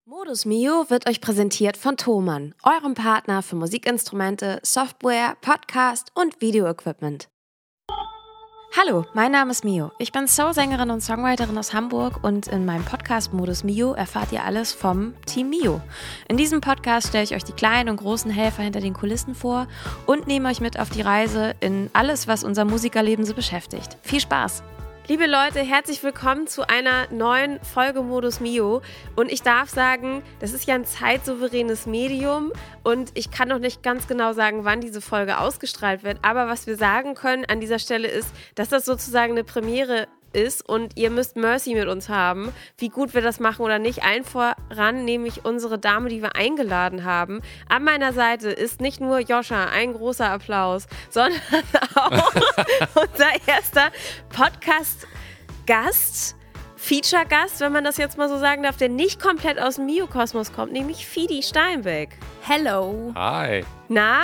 Modus Mio wird euch präsentiert von Thomann, eurem Partner für Musikinstrumente, Software, Podcast und Videoequipment. Hallo, mein Name ist Mio. Ich bin Soul-Sängerin und Songwriterin aus Hamburg und in meinem Podcast Modus Mio erfahrt ihr alles vom Team Mio. In diesem Podcast stelle ich euch die kleinen und großen Helfer hinter den Kulissen vor und nehme euch mit auf die Reise in alles, was unser Musikerleben so beschäftigt. Viel Spaß! Liebe Leute, herzlich willkommen zu einer neuen Folge Modus Mio. Und ich darf sagen, das ist ja ein zeitsouveränes Medium und ich kann noch nicht ganz genau sagen, wann diese Folge ausgestrahlt wird. Aber was wir sagen können an dieser Stelle ist, dass das sozusagen eine Premiere ist und ihr müsst Mercy mit uns haben, wie gut wir das machen oder nicht. Allen voran, nämlich unsere Dame, die wir eingeladen haben. An meiner Seite ist nicht nur Joscha, ein großer Applaus, sondern auch unser erster Podcast-Gast, Feature-Gast, wenn man das jetzt mal so sagen darf, der nicht komplett aus dem Mio-Kosmos kommt, nämlich Fidi Steinbeck. Hello. Hi. Na?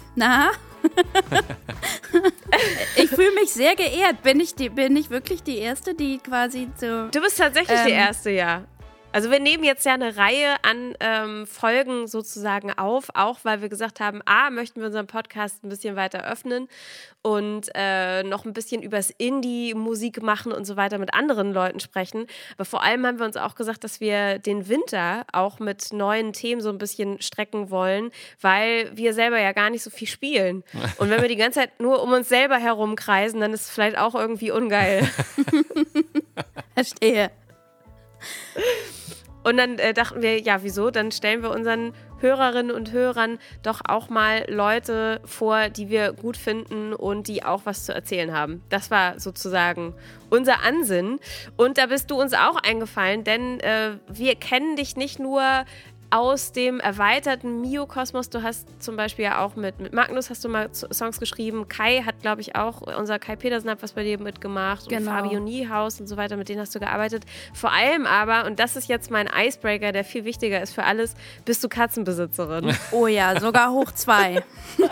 Ich fühle mich sehr geehrt. Bin ich wirklich die Erste, die quasi so... Du bist tatsächlich die Erste, ja. Also wir nehmen jetzt ja eine Reihe an Folgen sozusagen auf, auch weil wir gesagt haben, möchten wir unseren Podcast ein bisschen weiter öffnen und noch ein bisschen übers Indie-Musik machen und so weiter mit anderen Leuten sprechen. Aber vor allem haben wir uns auch gesagt, dass wir den Winter auch mit neuen Themen so ein bisschen strecken wollen, weil wir selber ja gar nicht so viel spielen. Und wenn wir die ganze Zeit nur um uns selber herumkreisen, dann ist es vielleicht auch irgendwie ungeil. Verstehe. Und dann dachten wir, ja, wieso? Dann stellen wir unseren Hörerinnen und Hörern doch auch mal Leute vor, die wir gut finden und die auch was zu erzählen haben. Das war sozusagen unser Ansinnen. Und da bist du uns auch eingefallen, denn wir kennen dich nicht nur aus dem erweiterten Mio-Kosmos. Du hast zum Beispiel ja auch mit Magnus hast du mal Songs geschrieben. Kai hat, glaube ich, auch, unser Kai Petersen hat was bei dir mitgemacht. Genau. Und Fabio Niehaus und so weiter, mit denen hast du gearbeitet. Vor allem aber, und das ist jetzt mein Icebreaker, der viel wichtiger ist für alles, bist du Katzenbesitzerin. Oh ja, sogar hoch 2.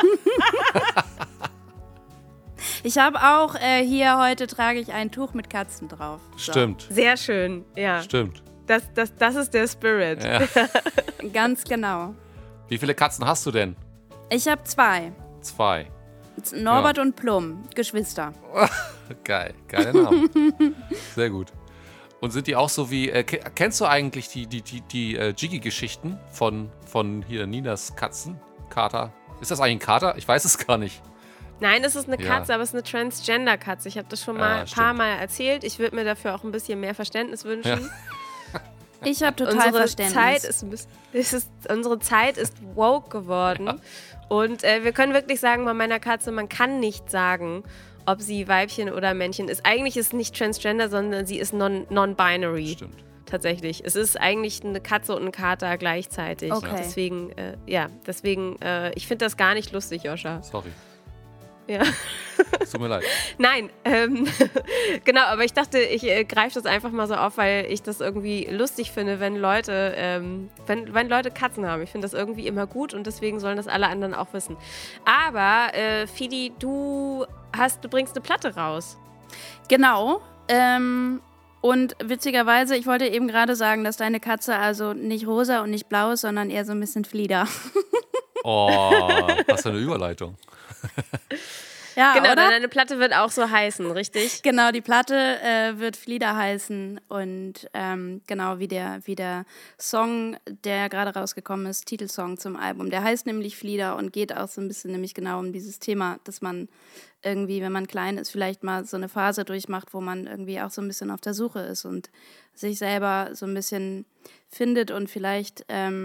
Ich habe auch hier heute trage ich ein Tuch mit Katzen drauf. So. Stimmt. Sehr schön, ja. Stimmt. Das ist der Spirit. Ja. Ganz genau. Wie viele Katzen hast du denn? Ich habe 2. 2. Norbert und Plum, Geschwister. Geil. Geiler Name. Sehr gut. Und sind die auch so wie, kennst du eigentlich die Jiggy-Geschichten von hier Ninas Katzen? Kater? Ist das eigentlich ein Kater? Ich weiß es gar nicht. Nein, es ist eine Ja. Katze, aber es ist eine Transgender-Katze. Ich habe das schon mal ein paar Mal erzählt. Ich würde mir dafür auch ein bisschen mehr Verständnis wünschen. Ja. Ich habe total Unsere Verständnis. Unsere Zeit ist woke geworden. Ja. Und wir können wirklich sagen, bei meiner Katze, man kann nicht sagen, ob sie Weibchen oder Männchen ist. Eigentlich ist es nicht Transgender, sondern sie ist non-binary. Stimmt. Tatsächlich. Es ist eigentlich eine Katze und ein Kater gleichzeitig. Okay. Deswegen, ich finde das gar nicht lustig, Joscha. Sorry. Ja. Es tut mir leid. Nein, genau, aber ich dachte, ich greife das einfach mal so auf, weil ich das irgendwie lustig finde, wenn Leute, wenn Leute Katzen haben. Ich finde das irgendwie immer gut und deswegen sollen das alle anderen auch wissen. Aber, Fidi, du bringst eine Platte raus. Genau. Und witzigerweise, ich wollte eben gerade sagen, dass deine Katze also nicht rosa und nicht blau ist, sondern eher so ein bisschen Flieder. Oh, was für eine Überleitung. Ja, Genau, oder? deine Platte wird auch so heißen, richtig? Genau, die Platte wird Flieder heißen und genau wie der Song, der gerade rausgekommen ist, Titelsong zum Album. Der heißt nämlich Flieder und geht auch so ein bisschen nämlich genau um dieses Thema, dass man irgendwie, wenn man klein ist, vielleicht mal so eine Phase durchmacht, wo man irgendwie auch so ein bisschen auf der Suche ist und sich selber so ein bisschen findet und vielleicht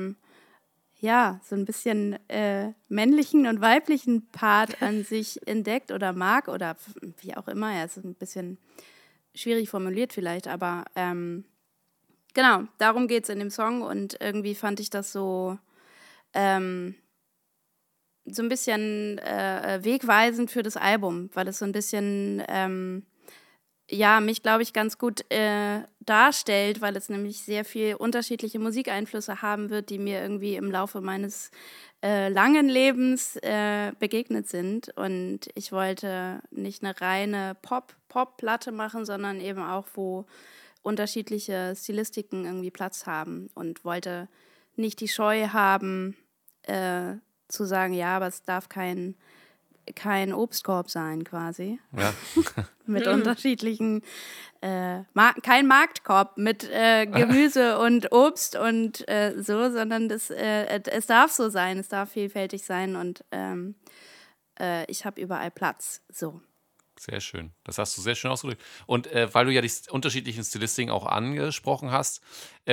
so ein bisschen männlichen und weiblichen Part an sich entdeckt oder mag oder wie auch immer. Ja, ist ein bisschen schwierig formuliert vielleicht, aber genau, darum geht es in dem Song und irgendwie fand ich das so ein bisschen wegweisend für das Album, weil es so ein bisschen mich, glaube ich, ganz gut darstellt, weil es nämlich sehr viel unterschiedliche Musikeinflüsse haben wird, die mir irgendwie im Laufe meines langen Lebens begegnet sind. Und ich wollte nicht eine reine Pop-Platte machen, sondern eben auch, wo unterschiedliche Stilistiken irgendwie Platz haben und wollte nicht die Scheu haben, zu sagen, ja, aber es darf kein Obstkorb sein quasi. Ja. Mit unterschiedlichen, kein Marktkorb mit Gemüse und Obst und so, sondern es darf so sein, es darf vielfältig sein und ich habe überall Platz. So. Sehr schön. Das hast du sehr schön ausgedrückt. Und weil du ja die unterschiedlichen Stilistiken auch angesprochen hast,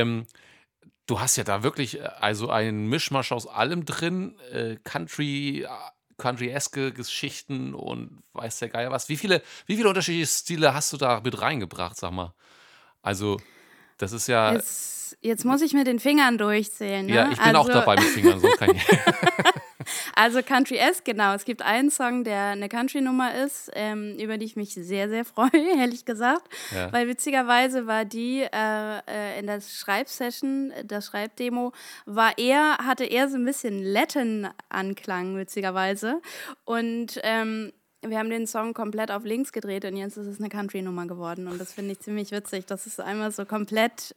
du hast ja da wirklich also einen Mischmasch aus allem drin, Country-eske Geschichten und weiß der Geier was. Wie viele unterschiedliche Stile hast du da mit reingebracht, sag mal? Also, das ist ja. Jetzt muss ich mit den Fingern durchzählen. Ne? Ja, ich bin auch dabei mit Fingern, so kann ich. Also Country-esque, genau. Es gibt einen Song, der eine Country-Nummer ist, über die ich mich sehr, sehr freue, ehrlich gesagt. Ja. Weil witzigerweise war die in der Schreibsession, der Schreibdemo, hatte er so ein bisschen Latin-Anklang, witzigerweise. Und wir haben den Song komplett auf links gedreht und jetzt ist es eine Country-Nummer geworden. Und das finde ich ziemlich witzig, dass es einmal so komplett,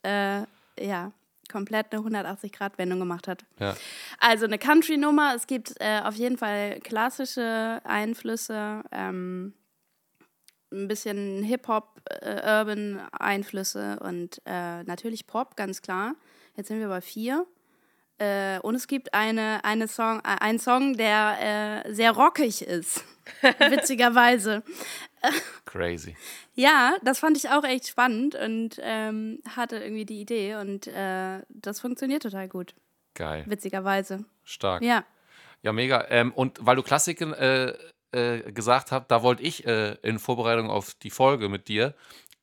komplett eine 180-Grad-Wendung gemacht hat. Ja. Also eine Country-Nummer, es gibt auf jeden Fall klassische Einflüsse, ein bisschen Hip-Hop, Urban-Einflüsse und natürlich Pop, ganz klar. Jetzt sind wir bei 4. Und es gibt einen Song, der sehr rockig ist, witzigerweise. Crazy. Ja, das fand ich auch echt spannend und hatte irgendwie die Idee und das funktioniert total gut. Geil. Witzigerweise. Stark. Ja. Ja, mega. Und weil du Klassiken gesagt hast, da wollte ich in Vorbereitung auf die Folge mit dir,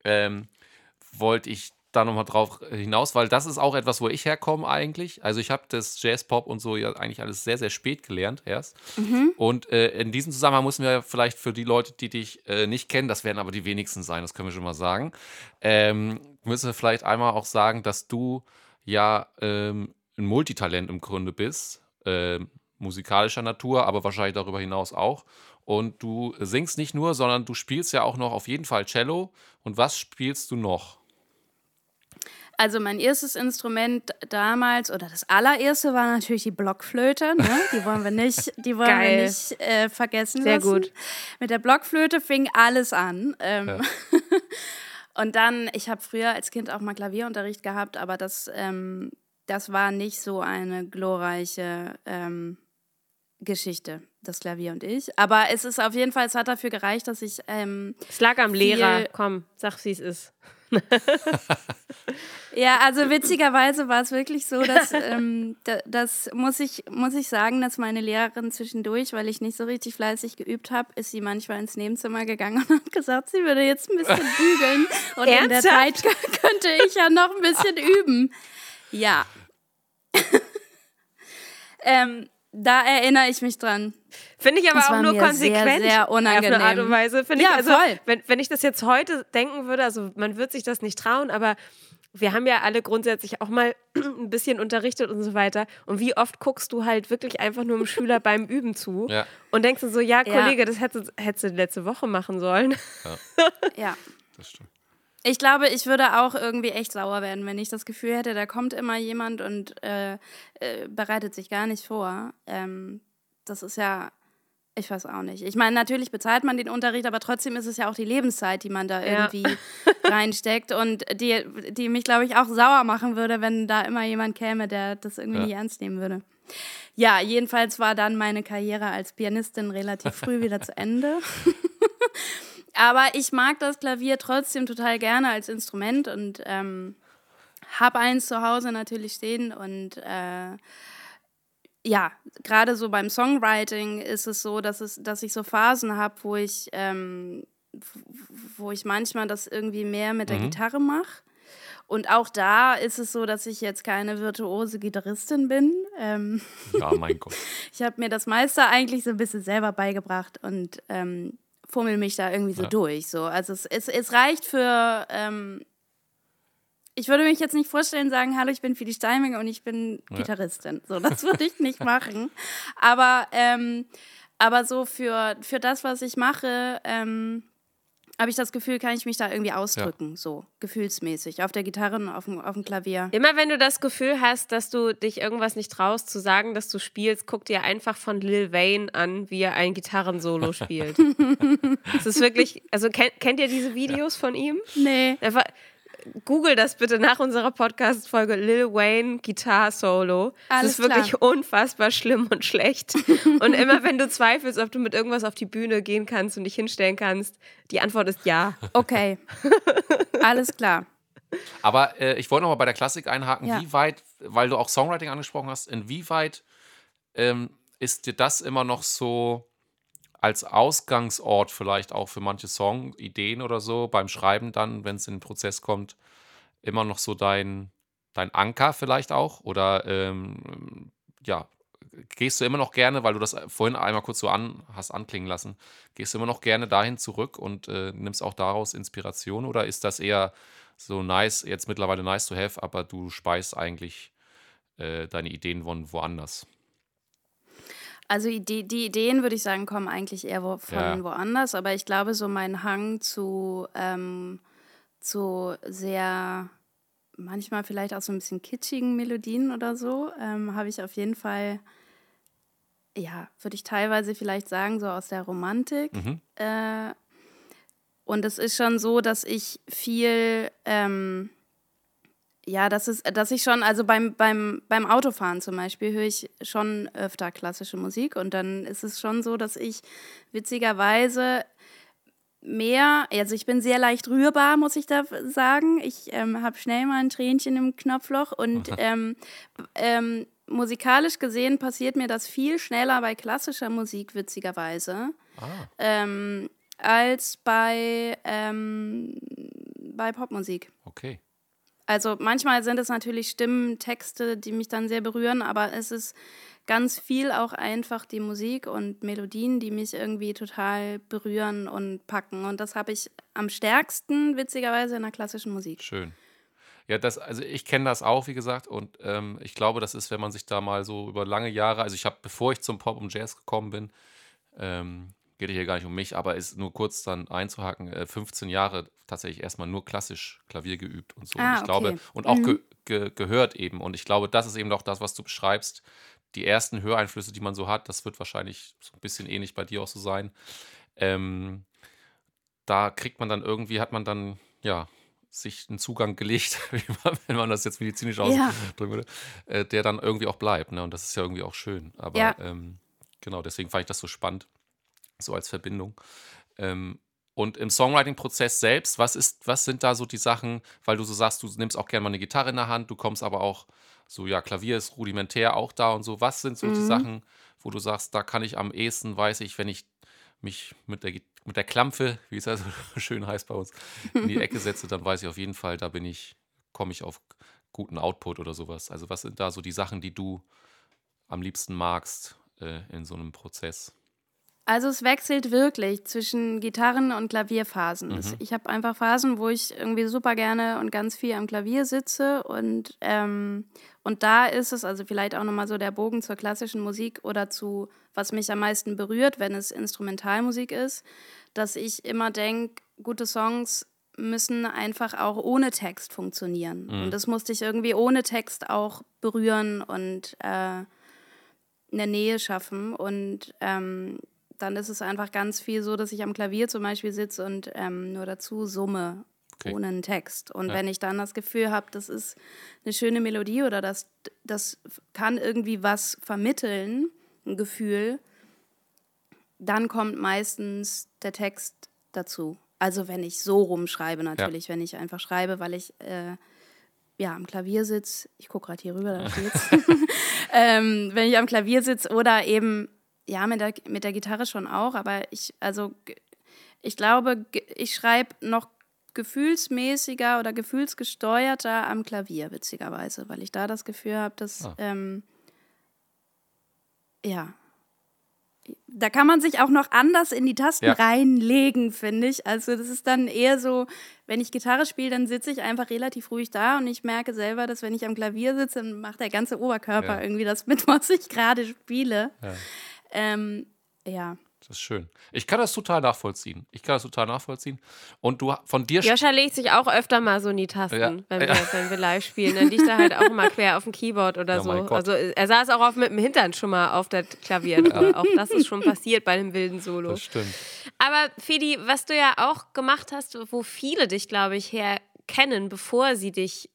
wollte ich da nochmal drauf hinaus, weil das ist auch etwas, wo ich herkomme eigentlich. Also ich habe das Jazz, Pop und so ja eigentlich alles sehr, sehr spät gelernt erst. Und in diesem Zusammenhang müssen wir vielleicht für die Leute, die dich nicht kennen, das werden aber die wenigsten sein, das können wir schon mal sagen, müssen wir vielleicht einmal auch sagen, dass du ja ein Multitalent im Grunde bist, musikalischer Natur, aber wahrscheinlich darüber hinaus auch. Und du singst nicht nur, sondern du spielst ja auch noch auf jeden Fall Cello. Und was spielst du noch? Also mein erstes Instrument damals, oder das allererste war natürlich die Blockflöte. Ne? Die wollen wir nicht, vergessen Sehr lassen. gut. Mit der Blockflöte fing alles an. Und dann, ich habe früher als Kind auch mal Klavierunterricht gehabt, aber das war nicht so eine glorreiche Geschichte, das Klavier und ich. Aber es ist auf jeden Fall, es hat dafür gereicht, dass ich Es lag am Lehrer. Komm, sag, wie es ist. Ja, also witzigerweise war es wirklich so, dass das muss ich sagen, dass meine Lehrerin zwischendurch, weil ich nicht so richtig fleißig geübt habe, ist sie manchmal ins Nebenzimmer gegangen und hat gesagt, sie würde jetzt ein bisschen bügeln und in der Zeit könnte ich ja noch ein bisschen üben. Ja. Da erinnere ich mich dran. Finde ich aber Das auch war nur mir konsequent. sehr, sehr unangenehm. Auf eine Art und Weise. Finde Ja, ich, also, voll. wenn ich das jetzt heute denken würde, also man wird sich das nicht trauen, aber wir haben ja alle grundsätzlich auch mal ein bisschen unterrichtet und so weiter. Und wie oft guckst du halt wirklich einfach nur dem Schüler beim Üben zu und denkst du so, ja, Kollege, das hättest du letzte Woche machen sollen. Ja. Das stimmt. Ich glaube, ich würde auch irgendwie echt sauer werden, wenn ich das Gefühl hätte, da kommt immer jemand und bereitet sich gar nicht vor. Das ist ja, ich weiß auch nicht. Ich meine, natürlich bezahlt man den Unterricht, aber trotzdem ist es ja auch die Lebenszeit, die man da irgendwie reinsteckt und die mich, glaube ich, auch sauer machen würde, wenn da immer jemand käme, der das irgendwie nicht ernst nehmen würde. Ja, jedenfalls war dann meine Karriere als Pianistin relativ früh wieder zu Ende. Aber ich mag das Klavier trotzdem total gerne als Instrument und habe eins zu Hause natürlich stehen und ja, gerade so beim Songwriting ist es so, dass ich so Phasen habe, wo ich manchmal das irgendwie mehr mit der Gitarre mache. Und auch da ist es so, dass ich jetzt keine virtuose Gitarristin bin. Ja, mein Gott. Ich habe mir das meiste eigentlich so ein bisschen selber beigebracht und fummel mich da irgendwie so durch. So. Also es reicht für, ich würde mich jetzt nicht vorstellen, sagen, hallo, ich bin Fidi Steinmenge und ich bin Gitarristin. So, das würde ich nicht machen. Aber so für das, was ich mache, habe ich das Gefühl, kann ich mich da irgendwie ausdrücken, so gefühlsmäßig, auf der Gitarre und auf dem Klavier. Immer wenn du das Gefühl hast, dass du dich irgendwas nicht traust zu sagen, dass du spielst, guck dir einfach von Lil Wayne an, wie er ein Gitarrensolo spielt. Das ist wirklich, also kennt ihr diese Videos von ihm? Nee. Google das bitte nach unserer Podcast-Folge Lil Wayne Gitarre-Solo. Das ist wirklich unfassbar schlimm und schlecht. Und immer wenn du zweifelst, ob du mit irgendwas auf die Bühne gehen kannst und dich hinstellen kannst, die Antwort ist ja. Okay, alles klar. Aber ich wollte noch mal bei der Klassik einhaken. Ja. Wie weit, weil du auch Songwriting angesprochen hast, inwieweit ist dir das immer noch so als Ausgangsort vielleicht auch für manche Songideen oder so beim Schreiben dann, wenn es in den Prozess kommt, immer noch so dein Anker vielleicht auch? Oder gehst du immer noch gerne, weil du das vorhin einmal kurz so hast anklingen lassen, gehst du immer noch gerne dahin zurück und nimmst auch daraus Inspiration? Oder ist das eher so nice, jetzt mittlerweile nice to have, aber du speist eigentlich deine Ideen von woanders? Also die Ideen, würde ich sagen, kommen eigentlich eher von woanders, aber ich glaube, so mein Hang zu sehr, manchmal vielleicht auch so ein bisschen kitschigen Melodien oder so, habe ich auf jeden Fall, würde ich teilweise vielleicht sagen, so aus der Romantik. Und es ist schon so, dass ich viel, dass ich schon, also beim Autofahren zum Beispiel höre ich schon öfter klassische Musik und dann ist es schon so, dass ich witzigerweise also ich bin sehr leicht rührbar, muss ich da sagen. Ich habe schnell mal ein Tränchen im Knopfloch und musikalisch gesehen passiert mir das viel schneller bei klassischer Musik, witzigerweise, als bei Popmusik. Okay. Also manchmal sind es natürlich Stimmen, Texte, die mich dann sehr berühren, aber es ist ganz viel auch einfach die Musik und Melodien, die mich irgendwie total berühren und packen. Und das habe ich am stärksten, witzigerweise, in der klassischen Musik. Schön. Ja, also ich kenne das auch, wie gesagt, und ich glaube, das ist, wenn man sich da mal so über lange Jahre, also bevor ich zum Pop und Jazz gekommen bin, geht hier gar nicht um mich, aber ist nur kurz dann einzuhaken, 15 Jahre tatsächlich erstmal nur klassisch Klavier geübt und so. Und ich glaube, und auch gehört eben. Und ich glaube, das ist eben auch das, was du beschreibst. Die ersten Höreinflüsse, die man so hat, das wird wahrscheinlich so ein bisschen ähnlich bei dir auch so sein. Da hat man dann, sich einen Zugang gelegt, wenn man das jetzt medizinisch ausdrücken würde, der dann irgendwie auch bleibt. Ne? Und das ist ja irgendwie auch schön. Aber genau, deswegen fand ich das so spannend. So als Verbindung. Und im Songwriting-Prozess selbst, was sind da so die Sachen, weil du so sagst, du nimmst auch gerne mal eine Gitarre in der Hand, du kommst aber auch so, Klavier ist rudimentär auch da und so. Was sind so die Sachen, wo du sagst, da kann ich am ehesten, weiß ich, wenn ich mich mit der Klampfe, wie es ja so schön heißt bei uns, in die Ecke setze, dann weiß ich auf jeden Fall, komme ich auf guten Output oder sowas. Also was sind da so die Sachen, die du am liebsten magst in so einem Prozess? Also es wechselt wirklich zwischen Gitarren- und Klavierphasen. Ich habe einfach Phasen, wo ich irgendwie super gerne und ganz viel am Klavier sitze und da ist es, also vielleicht auch nochmal so der Bogen zur klassischen Musik oder zu, was mich am meisten berührt, wenn es Instrumentalmusik ist, dass ich immer denke, gute Songs müssen einfach auch ohne Text funktionieren. Und das musste ich irgendwie ohne Text auch berühren und eine Nähe schaffen und dann ist es einfach ganz viel so, dass ich am Klavier zum Beispiel sitze und nur dazu summe, ohne einen Text. Und wenn ich dann das Gefühl habe, das ist eine schöne Melodie oder das kann irgendwie was vermitteln, ein Gefühl, dann kommt meistens der Text dazu. Also wenn ich so rumschreibe natürlich, wenn ich einfach schreibe, weil ich am Klavier sitze, ich gucke gerade hier rüber, da steht's, wenn ich am Klavier sitze oder eben mit der Gitarre schon auch, aber ich glaube, ich schreibe noch gefühlsmäßiger oder gefühlsgesteuerter am Klavier, witzigerweise, weil ich da das Gefühl habe, dass, da kann man sich auch noch anders in die Tasten reinlegen, finde ich. Also das ist dann eher so, wenn ich Gitarre spiele, dann sitze ich einfach relativ ruhig da und ich merke selber, dass wenn ich am Klavier sitze, dann macht der ganze Oberkörper irgendwie das mit, was ich gerade spiele. Das ist schön. Ich kann das total nachvollziehen. Und du von dir. Joscha legt sich auch öfter mal so in die Tasten, wenn wir live spielen. Dann liegt er halt auch immer quer auf dem Keyboard oder so. Also er saß auch mit dem Hintern schon mal auf das Klavier. Auch das ist schon passiert bei dem wilden Solo. Das stimmt. Aber Fedi, was du ja auch gemacht hast, wo viele dich, glaube ich, kennen, bevor sie dich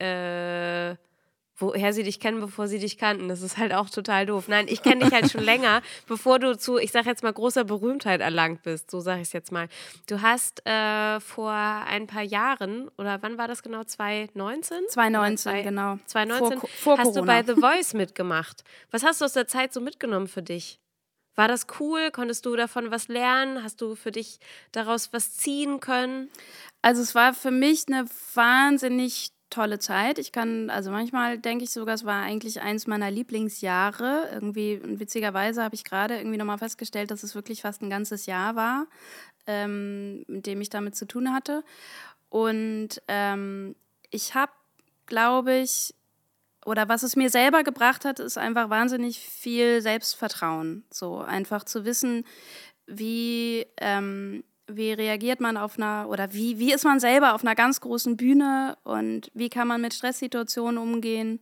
kannten. Das ist halt auch total doof. Nein, ich kenne dich halt schon länger, bevor du zu, ich sag jetzt mal, großer Berühmtheit erlangt bist. So sage ich es jetzt mal. Du hast vor ein paar Jahren, oder wann war das genau? 2019? 2019, genau. 2019 vor hast Corona. du bei The Voice mitgemacht. Was hast du aus der Zeit so mitgenommen für dich? War das cool? Konntest du davon was lernen? Hast du für dich daraus was ziehen können? Also es war für mich eine wahnsinnig tolle Zeit. Also manchmal denke ich sogar, es war eigentlich eins meiner Lieblingsjahre. Irgendwie, witzigerweise habe ich gerade irgendwie nochmal festgestellt, dass es wirklich fast ein ganzes Jahr war, mit dem ich damit zu tun hatte. Und ich habe, glaube ich, oder was es mir selber gebracht hat, ist einfach wahnsinnig viel Selbstvertrauen. So einfach zu wissen, wie reagiert man wie ist man selber auf einer ganz großen Bühne und wie kann man mit Stresssituationen umgehen,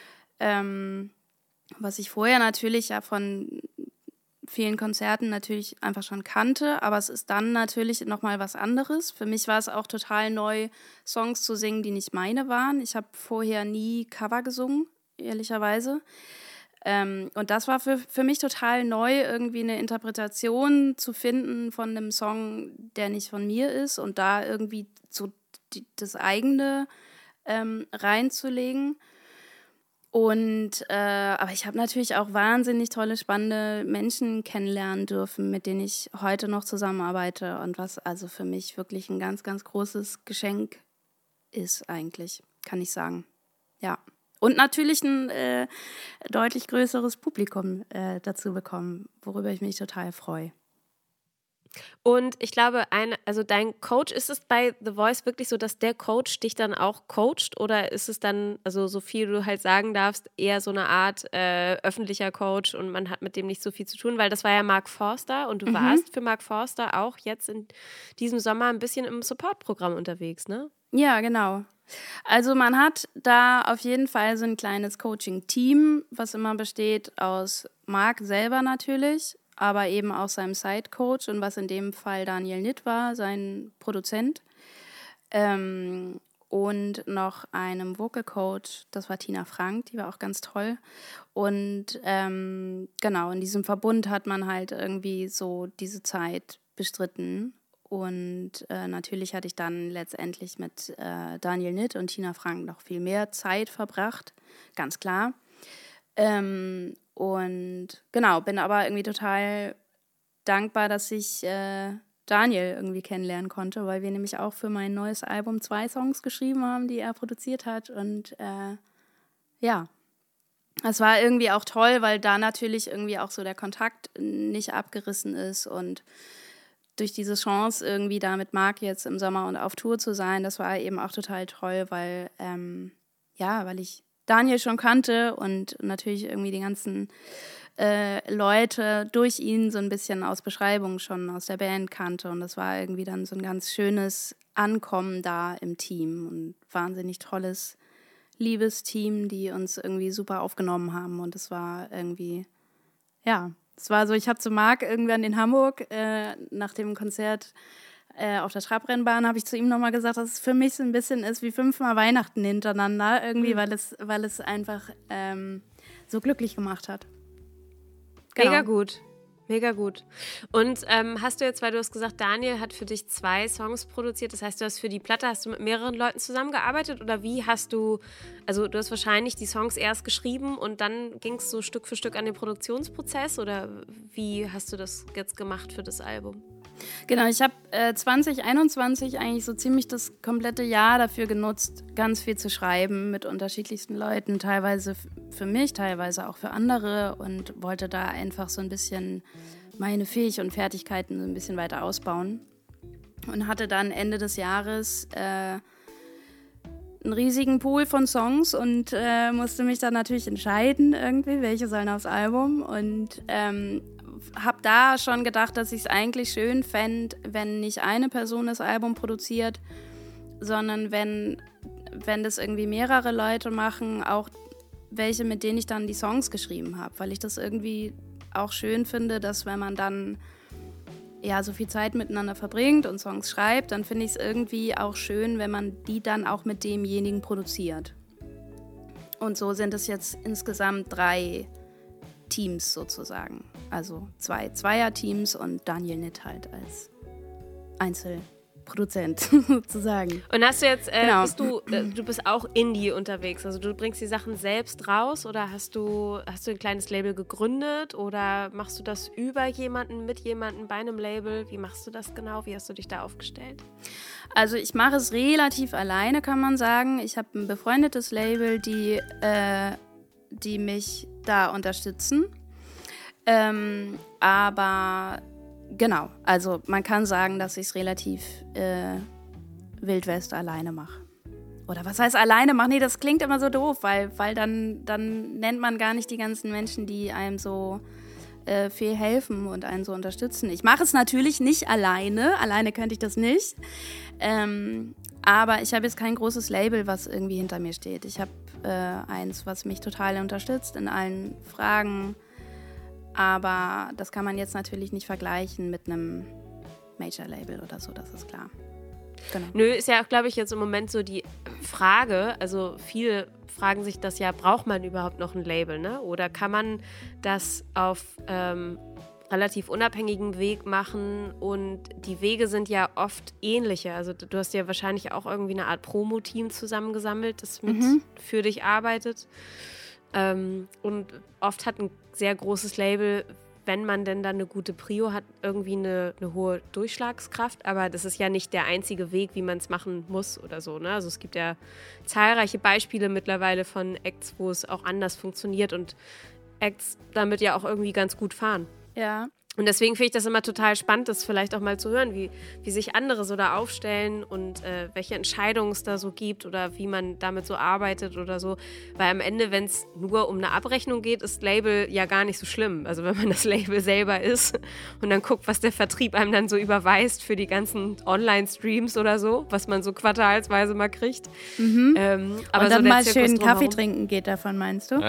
was ich vorher natürlich ja von vielen Konzerten natürlich einfach schon kannte, aber es ist dann natürlich nochmal was anderes. Für mich war es auch total neu, Songs zu singen, die nicht meine waren. Ich habe vorher nie Cover gesungen, ehrlicherweise. Und das war für mich total neu, irgendwie eine Interpretation zu finden von einem Song, der nicht von mir ist und da irgendwie so das eigene reinzulegen. Und aber ich habe natürlich auch wahnsinnig tolle, spannende Menschen kennenlernen dürfen, mit denen ich heute noch zusammenarbeite und was also für mich wirklich ein ganz, ganz großes Geschenk ist eigentlich, kann ich sagen. Ja. Und natürlich ein deutlich größeres Publikum dazu bekommen, worüber ich mich total freue. Und ich glaube, dein Coach, ist es bei The Voice wirklich so, dass der Coach dich dann auch coacht? Oder ist es dann, also so viel du halt sagen darfst, eher so eine Art öffentlicher Coach und man hat mit dem nicht so viel zu tun? Weil das war ja Mark Forster und du warst für Mark Forster auch jetzt in diesem Sommer ein bisschen im Support-Programm unterwegs, ne? Ja, genau. Also man hat da auf jeden Fall so ein kleines Coaching-Team, was immer besteht aus Marc selber natürlich, aber eben auch seinem Side-Coach und was in dem Fall Daniel Nitt war, sein Produzent. Und noch einem Vocal-Coach, das war Tina Frank, die war auch ganz toll. Und genau, in diesem Verbund hat man halt irgendwie so diese Zeit bestritten. Und natürlich hatte ich dann letztendlich mit Daniel Nitt und Tina Frank noch viel mehr Zeit verbracht, ganz klar. Und genau, bin aber irgendwie total dankbar, dass ich Daniel irgendwie kennenlernen konnte, weil wir nämlich auch für mein neues Album 2 Songs geschrieben haben, die er produziert hat. Und ja, es war irgendwie auch toll, weil da natürlich irgendwie auch so der Kontakt nicht abgerissen ist und durch diese Chance, irgendwie da mit Marc jetzt im Sommer und auf Tour zu sein, das war eben auch total toll, weil ich Daniel schon kannte und natürlich irgendwie die ganzen Leute durch ihn so ein bisschen aus Beschreibungen schon aus der Band kannte. Und das war irgendwie dann so ein ganz schönes Ankommen da im Team und wahnsinnig tolles, liebes Team, die uns irgendwie super aufgenommen haben. Und es war irgendwie, ja, es war so, ich habe zu Marc irgendwann in Hamburg nach dem Konzert auf der Trabrennbahn, habe ich zu ihm nochmal gesagt, dass es für mich so ein bisschen ist wie 5-mal Weihnachten hintereinander, irgendwie, weil es einfach so glücklich gemacht hat. Genau. Mega gut. Und hast du jetzt, weil du hast gesagt, Daniel hat für dich 2 Songs produziert, das heißt, hast du mit mehreren Leuten zusammengearbeitet oder wie hast du, also du hast wahrscheinlich die Songs erst geschrieben und dann ging es so Stück für Stück an den Produktionsprozess oder wie hast du das jetzt gemacht für das Album? Genau, ich habe 2021 eigentlich so ziemlich das komplette Jahr dafür genutzt, ganz viel zu schreiben mit unterschiedlichsten Leuten, teilweise für mich, teilweise auch für andere und wollte da einfach so ein bisschen meine Fähigkeiten und Fertigkeiten so ein bisschen weiter ausbauen und hatte dann Ende des Jahres einen riesigen Pool von Songs und musste mich dann natürlich entscheiden irgendwie, welche sollen aufs Album und habe da schon gedacht, dass ich es eigentlich schön fände, wenn nicht eine Person das Album produziert, sondern wenn das irgendwie mehrere Leute machen, auch welche, mit denen ich dann die Songs geschrieben habe, weil ich das irgendwie auch schön finde, dass wenn man dann so viel Zeit miteinander verbringt und Songs schreibt, dann finde ich es irgendwie auch schön, wenn man die dann auch mit demjenigen produziert. Und so sind es jetzt insgesamt 3 Teams sozusagen. Also 2 Zweierteams und Daniel Nitt halt als Einzelproduzent sozusagen. Und hast du jetzt, Genau. du bist auch Indie unterwegs, also du bringst die Sachen selbst raus oder hast du ein kleines Label gegründet oder machst du das über jemanden, mit jemandem bei einem Label? Wie machst du das genau? Wie hast du dich da aufgestellt? Also ich mache es relativ alleine, kann man sagen. Ich habe ein befreundetes Label, die mich da unterstützen. Aber genau, also man kann sagen, dass ich es relativ Wildwest alleine mache. Oder was heißt alleine machen? Nee, das klingt immer so doof, weil dann nennt man gar nicht die ganzen Menschen, die einem so viel helfen und einen so unterstützen. Ich mache es natürlich nicht alleine könnte ich das nicht. Aber ich habe jetzt kein großes Label, was irgendwie hinter mir steht. Ich habe eins, was mich total unterstützt in allen Fragen. Aber das kann man jetzt natürlich nicht vergleichen mit einem Major-Label oder so, das ist klar. Genau. Nö, ist ja auch, glaube ich, jetzt im Moment so die Frage, also viele fragen sich das ja, braucht man überhaupt noch ein Label, ne? Oder kann man das auf relativ unabhängigen Weg machen und die Wege sind ja oft ähnliche. Also du hast ja wahrscheinlich auch irgendwie eine Art Promo-Team zusammengesammelt, das mit für dich arbeitet. Und oft hat ein sehr großes Label, wenn man denn dann eine gute Prio hat, irgendwie eine hohe Durchschlagskraft. Aber das ist ja nicht der einzige Weg, wie man es machen muss oder so, ne? Also es gibt ja zahlreiche Beispiele mittlerweile von Acts, wo es auch anders funktioniert und Acts damit ja auch irgendwie ganz gut fahren. Ja. Und deswegen finde ich das immer total spannend, das vielleicht auch mal zu hören, wie sich andere so da aufstellen und welche Entscheidungen es da so gibt oder wie man damit so arbeitet oder so. Weil am Ende, wenn es nur um eine Abrechnung geht, ist Label ja gar nicht so schlimm. Also wenn man das Label selber ist und dann guckt, was der Vertrieb einem dann so überweist für die ganzen Online-Streams oder so, was man so quartalsweise mal kriegt. Aber und dann so mal schön einen Kaffee trinken geht davon, meinst du?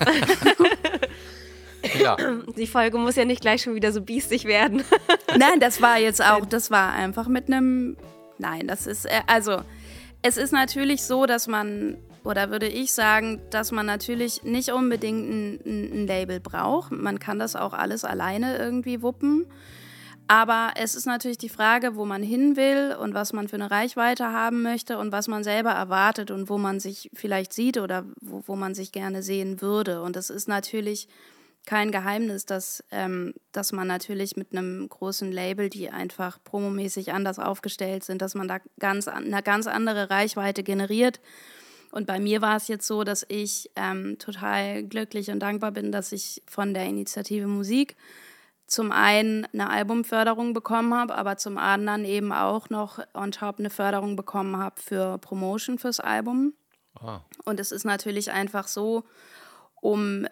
Ja. Die Folge muss ja nicht gleich schon wieder so biestig werden. Nein, das war einfach mit einem, nein, das ist, also, es ist natürlich so, dass man, oder würde ich sagen, dass man natürlich nicht unbedingt ein Label braucht. Man kann das auch alles alleine irgendwie wuppen. Aber es ist natürlich die Frage, wo man hin will und was man für eine Reichweite haben möchte und was man selber erwartet und wo man sich vielleicht sieht oder wo man sich gerne sehen würde. Und das ist natürlich kein Geheimnis, dass man natürlich mit einem großen Label, die einfach promomäßig anders aufgestellt sind, dass man da eine ganz andere Reichweite generiert. Und bei mir war es jetzt so, dass ich total glücklich und dankbar bin, dass ich von der Initiative Musik zum einen eine Albumförderung bekommen habe, aber zum anderen eben auch noch on top eine Förderung bekommen habe für Promotion fürs Album. Ah. Und es ist natürlich einfach so, um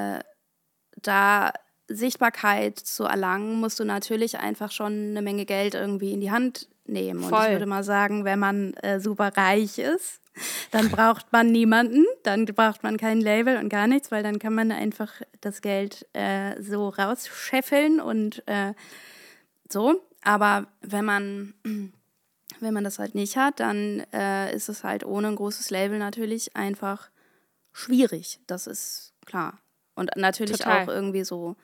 da Sichtbarkeit zu erlangen, musst du natürlich einfach schon eine Menge Geld irgendwie in die Hand nehmen. Voll. Und ich würde mal sagen, wenn man super reich ist, dann braucht man niemanden, dann braucht man kein Label und gar nichts, weil dann kann man einfach das Geld so rausscheffeln und so. Aber wenn man das halt nicht hat, dann ist es halt ohne ein großes Label natürlich einfach schwierig. Das ist klar. Und natürlich Total. auch irgendwie so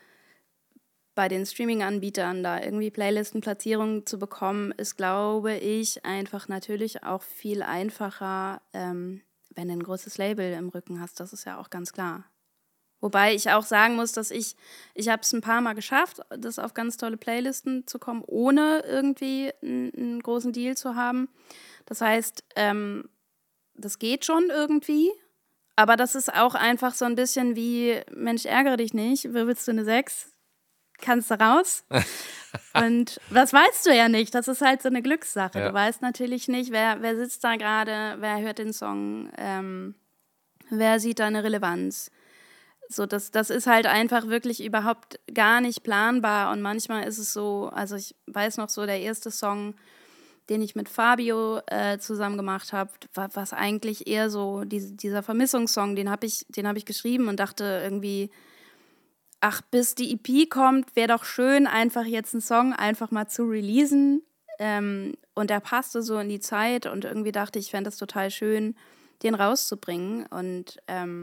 bei den Streaming-Anbietern da irgendwie Playlistenplatzierungen zu bekommen, ist, glaube ich, einfach natürlich auch viel einfacher, wenn du ein großes Label im Rücken hast. Das ist ja auch ganz klar. Wobei ich auch sagen muss, dass ich habe es ein paar Mal geschafft, das auf ganz tolle Playlisten zu kommen, ohne irgendwie einen großen Deal zu haben. Das heißt, das geht schon irgendwie. Aber das ist auch einfach so ein bisschen wie, Mensch, ärgere dich nicht, willst du eine 6? Kannst du raus? Und das weißt du ja nicht, das ist halt so eine Glückssache. Ja. Du weißt natürlich nicht, wer sitzt da gerade, wer hört den Song, wer sieht da eine Relevanz. So, das ist halt einfach wirklich überhaupt gar nicht planbar und manchmal ist es so, also ich weiß noch so, der erste Song, den ich mit Fabio zusammen gemacht habe, was eigentlich eher so dieser Vermissungssong, den hab ich geschrieben und dachte irgendwie, ach, bis die EP kommt, wäre doch schön, einfach jetzt einen Song einfach mal zu releasen. Und der passte so in die Zeit und irgendwie dachte ich, fände es total schön, den rauszubringen. Und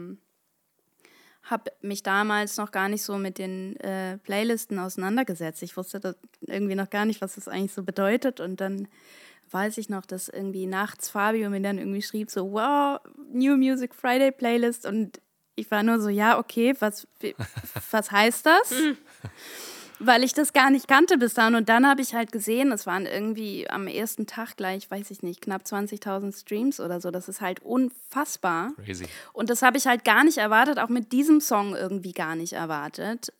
habe mich damals noch gar nicht so mit den Playlisten auseinandergesetzt. Ich wusste das irgendwie noch gar nicht, was das eigentlich so bedeutet. Und dann weiß ich noch, dass irgendwie nachts Fabio mir dann irgendwie schrieb so, wow, New Music Friday Playlist. Und ich war nur so, ja, okay, was heißt das? Weil ich das gar nicht kannte bis dahin. Und dann habe ich halt gesehen, es waren irgendwie am ersten Tag gleich, weiß ich nicht, knapp 20.000 Streams oder so. Das ist halt unfassbar. Crazy. Und das habe ich halt gar nicht erwartet, auch mit diesem Song irgendwie gar nicht erwartet.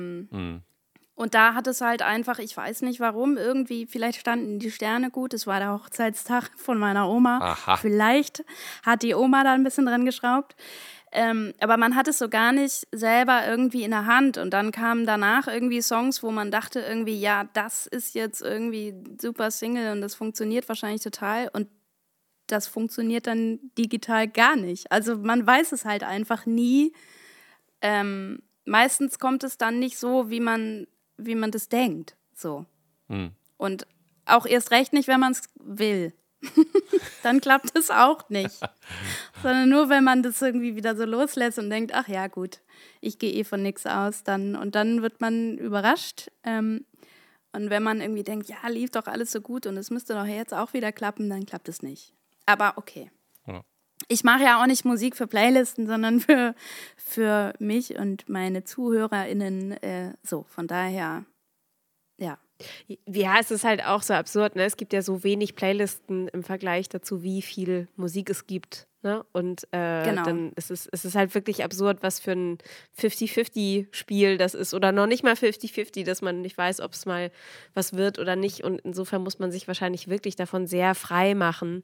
Und da hat es halt einfach, ich weiß nicht warum, irgendwie, vielleicht standen die Sterne gut. Es war der Hochzeitstag von meiner Oma. Aha. Vielleicht hat die Oma da ein bisschen dran geschraubt. Aber man hat es so gar nicht selber irgendwie in der Hand. Und dann kamen danach irgendwie Songs, wo man dachte irgendwie, ja, das ist jetzt irgendwie super Single und das funktioniert wahrscheinlich total. Und das funktioniert dann digital gar nicht. Also man weiß es halt einfach nie. Meistens kommt es dann nicht so, wie man das denkt. So. Und auch erst recht nicht, wenn man es will. Dann klappt es auch nicht. Sondern nur, wenn man das irgendwie wieder so loslässt und denkt, ach ja, gut, ich gehe von nichts aus. Und dann wird man überrascht. Und wenn man irgendwie denkt, ja, lief doch alles so gut und es müsste doch jetzt auch wieder klappen, dann klappt es nicht. Aber okay. Ja. Ich mache ja auch nicht Musik für Playlisten, sondern für mich und meine ZuhörerInnen. So, von daher, ja. Ja, es ist halt auch so absurd, ne? Es gibt ja so wenig Playlisten im Vergleich dazu, wie viel Musik es gibt, ne? Und Genau. dann ist es halt wirklich absurd, was für ein 50-50-Spiel das ist oder noch nicht mal 50-50, dass man nicht weiß, ob es mal was wird oder nicht. Und insofern muss man sich wahrscheinlich wirklich davon sehr frei machen,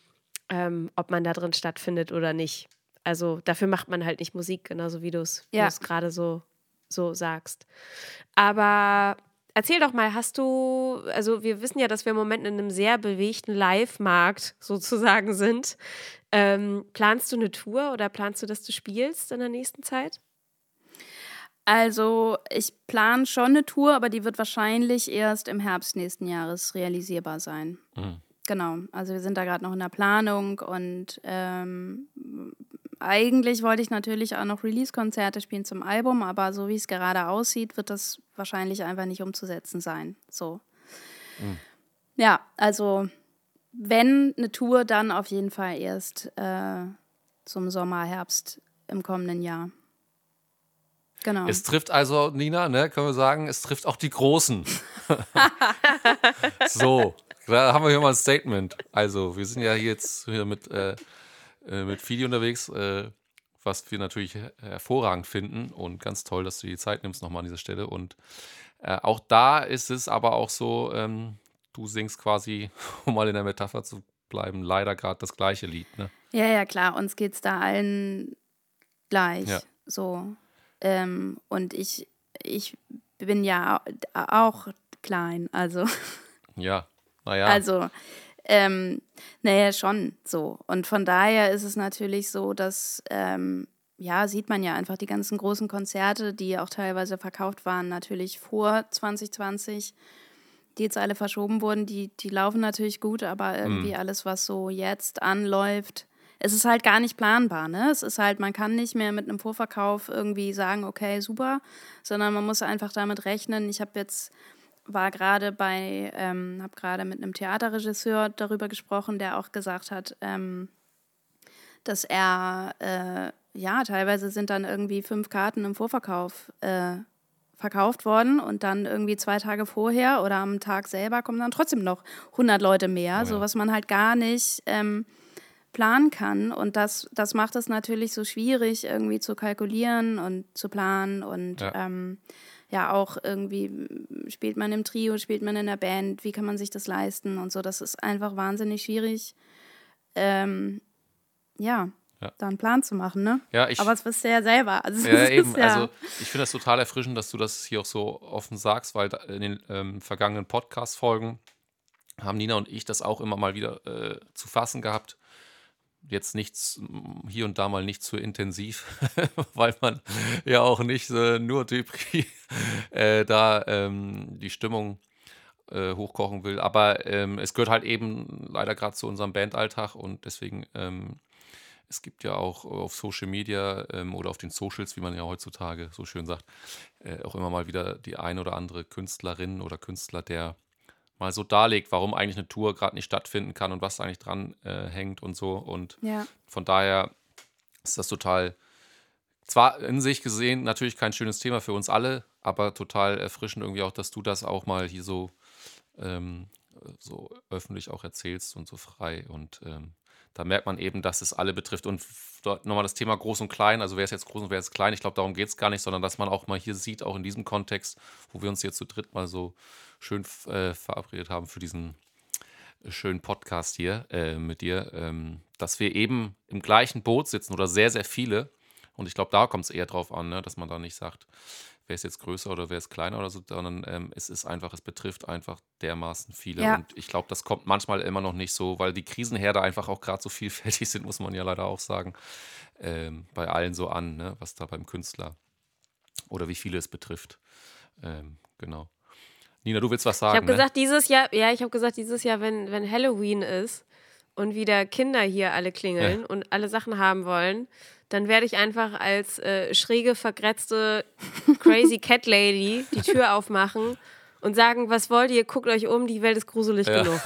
ob man da drin stattfindet oder nicht. Also dafür macht man halt nicht Musik, genauso wie du es gerade so sagst. Aber erzähl doch mal, also wir wissen ja, dass wir im Moment in einem sehr bewegten Live-Markt sozusagen sind. Planst du eine Tour oder planst du, dass du spielst in der nächsten Zeit? Also ich plane schon eine Tour, aber die wird wahrscheinlich erst im Herbst nächsten Jahres realisierbar sein. Genau, also wir sind da gerade noch in der Planung und eigentlich wollte ich natürlich auch noch Release-Konzerte spielen zum Album, aber so wie es gerade aussieht, wird das wahrscheinlich einfach nicht umzusetzen sein. So. Ja, also wenn eine Tour, dann auf jeden Fall erst zum Sommer, Herbst im kommenden Jahr. Genau. Es trifft also, Nina, ne, können wir sagen, es trifft auch die Großen. So, da haben wir hier mal ein Statement. Also, wir sind ja jetzt hier mit Fidi unterwegs, was wir natürlich hervorragend finden und ganz toll, dass du die Zeit nimmst nochmal an dieser Stelle. Und auch da ist es aber auch so, du singst quasi, um mal in der Metapher zu bleiben, leider gerade das gleiche Lied, ne? Ja, klar, uns geht's da allen gleich. Ja. So. Und ich bin ja auch klein, also. Ja, naja. Also, naja, schon so. Und von daher ist es natürlich so, dass, sieht man ja einfach die ganzen großen Konzerte, die auch teilweise verkauft waren, natürlich vor 2020, die jetzt alle verschoben wurden, die laufen natürlich gut, aber irgendwie alles, was so jetzt anläuft, es ist halt gar nicht planbar, ne? Es ist halt, man kann nicht mehr mit einem Vorverkauf irgendwie sagen, okay, super, sondern man muss einfach damit rechnen. Ich habe gerade mit einem Theaterregisseur darüber gesprochen, der auch gesagt hat, dass er, teilweise sind dann irgendwie 5 Karten im Vorverkauf verkauft worden und dann irgendwie 2 Tage vorher oder am Tag selber kommen dann trotzdem noch 100 Leute mehr, so was man halt gar nicht planen kann. Und das macht es natürlich so schwierig, irgendwie zu kalkulieren und zu planen und auch irgendwie spielt man im Trio, spielt man in der Band, wie kann man sich das leisten und so. Das ist einfach wahnsinnig schwierig. da einen Plan zu machen, ne? Ja, aber das wisst ihr ja selber. Also, ja, eben. Also ich finde das total erfrischend, dass du das hier auch so offen sagst, weil in den vergangenen Podcast-Folgen haben Nina und ich das auch immer mal wieder zu fassen gehabt. Jetzt hier und da mal nicht zu intensiv, weil man ja auch nicht nur Depri die Stimmung hochkochen will. Aber es gehört halt eben leider gerade zu unserem Bandalltag und deswegen, es gibt ja auch auf Social Media oder auf den Socials, wie man ja heutzutage so schön sagt, auch immer mal wieder die ein oder andere Künstlerin oder Künstler, der mal so darlegt, warum eigentlich eine Tour gerade nicht stattfinden kann und was da eigentlich dran hängt und so. Und von daher ist das total, zwar in sich gesehen natürlich kein schönes Thema für uns alle, aber total erfrischend irgendwie auch, dass du das auch mal hier so öffentlich auch erzählst und so frei. Und da merkt man eben, dass es alle betrifft. Und dort nochmal das Thema groß und klein, also wer ist jetzt groß und wer ist klein, ich glaube, darum geht es gar nicht, sondern dass man auch mal hier sieht, auch in diesem Kontext, wo wir uns jetzt zu dritt mal so schön verabredet haben für diesen schönen Podcast hier mit dir, dass wir eben im gleichen Boot sitzen oder sehr, sehr viele. Und ich glaube, da kommt es eher drauf an, ne, dass man da nicht sagt, wer ist jetzt größer oder wer ist kleiner oder so, sondern es betrifft einfach dermaßen viele. Ja. Und ich glaube, das kommt manchmal immer noch nicht so, weil die Krisenherde einfach auch gerade so vielfältig sind, muss man ja leider auch sagen, bei allen so an, ne, was da beim Künstler oder wie viele es betrifft. Genau. Nina, du willst was sagen, Ich habe gesagt, ne? dieses Jahr, wenn Halloween ist und wieder Kinder hier alle klingeln und alle Sachen haben wollen, dann werde ich einfach als schräge, vergrätzte Crazy Cat Lady die Tür aufmachen und sagen, was wollt ihr, guckt euch um, die Welt ist gruselig genug.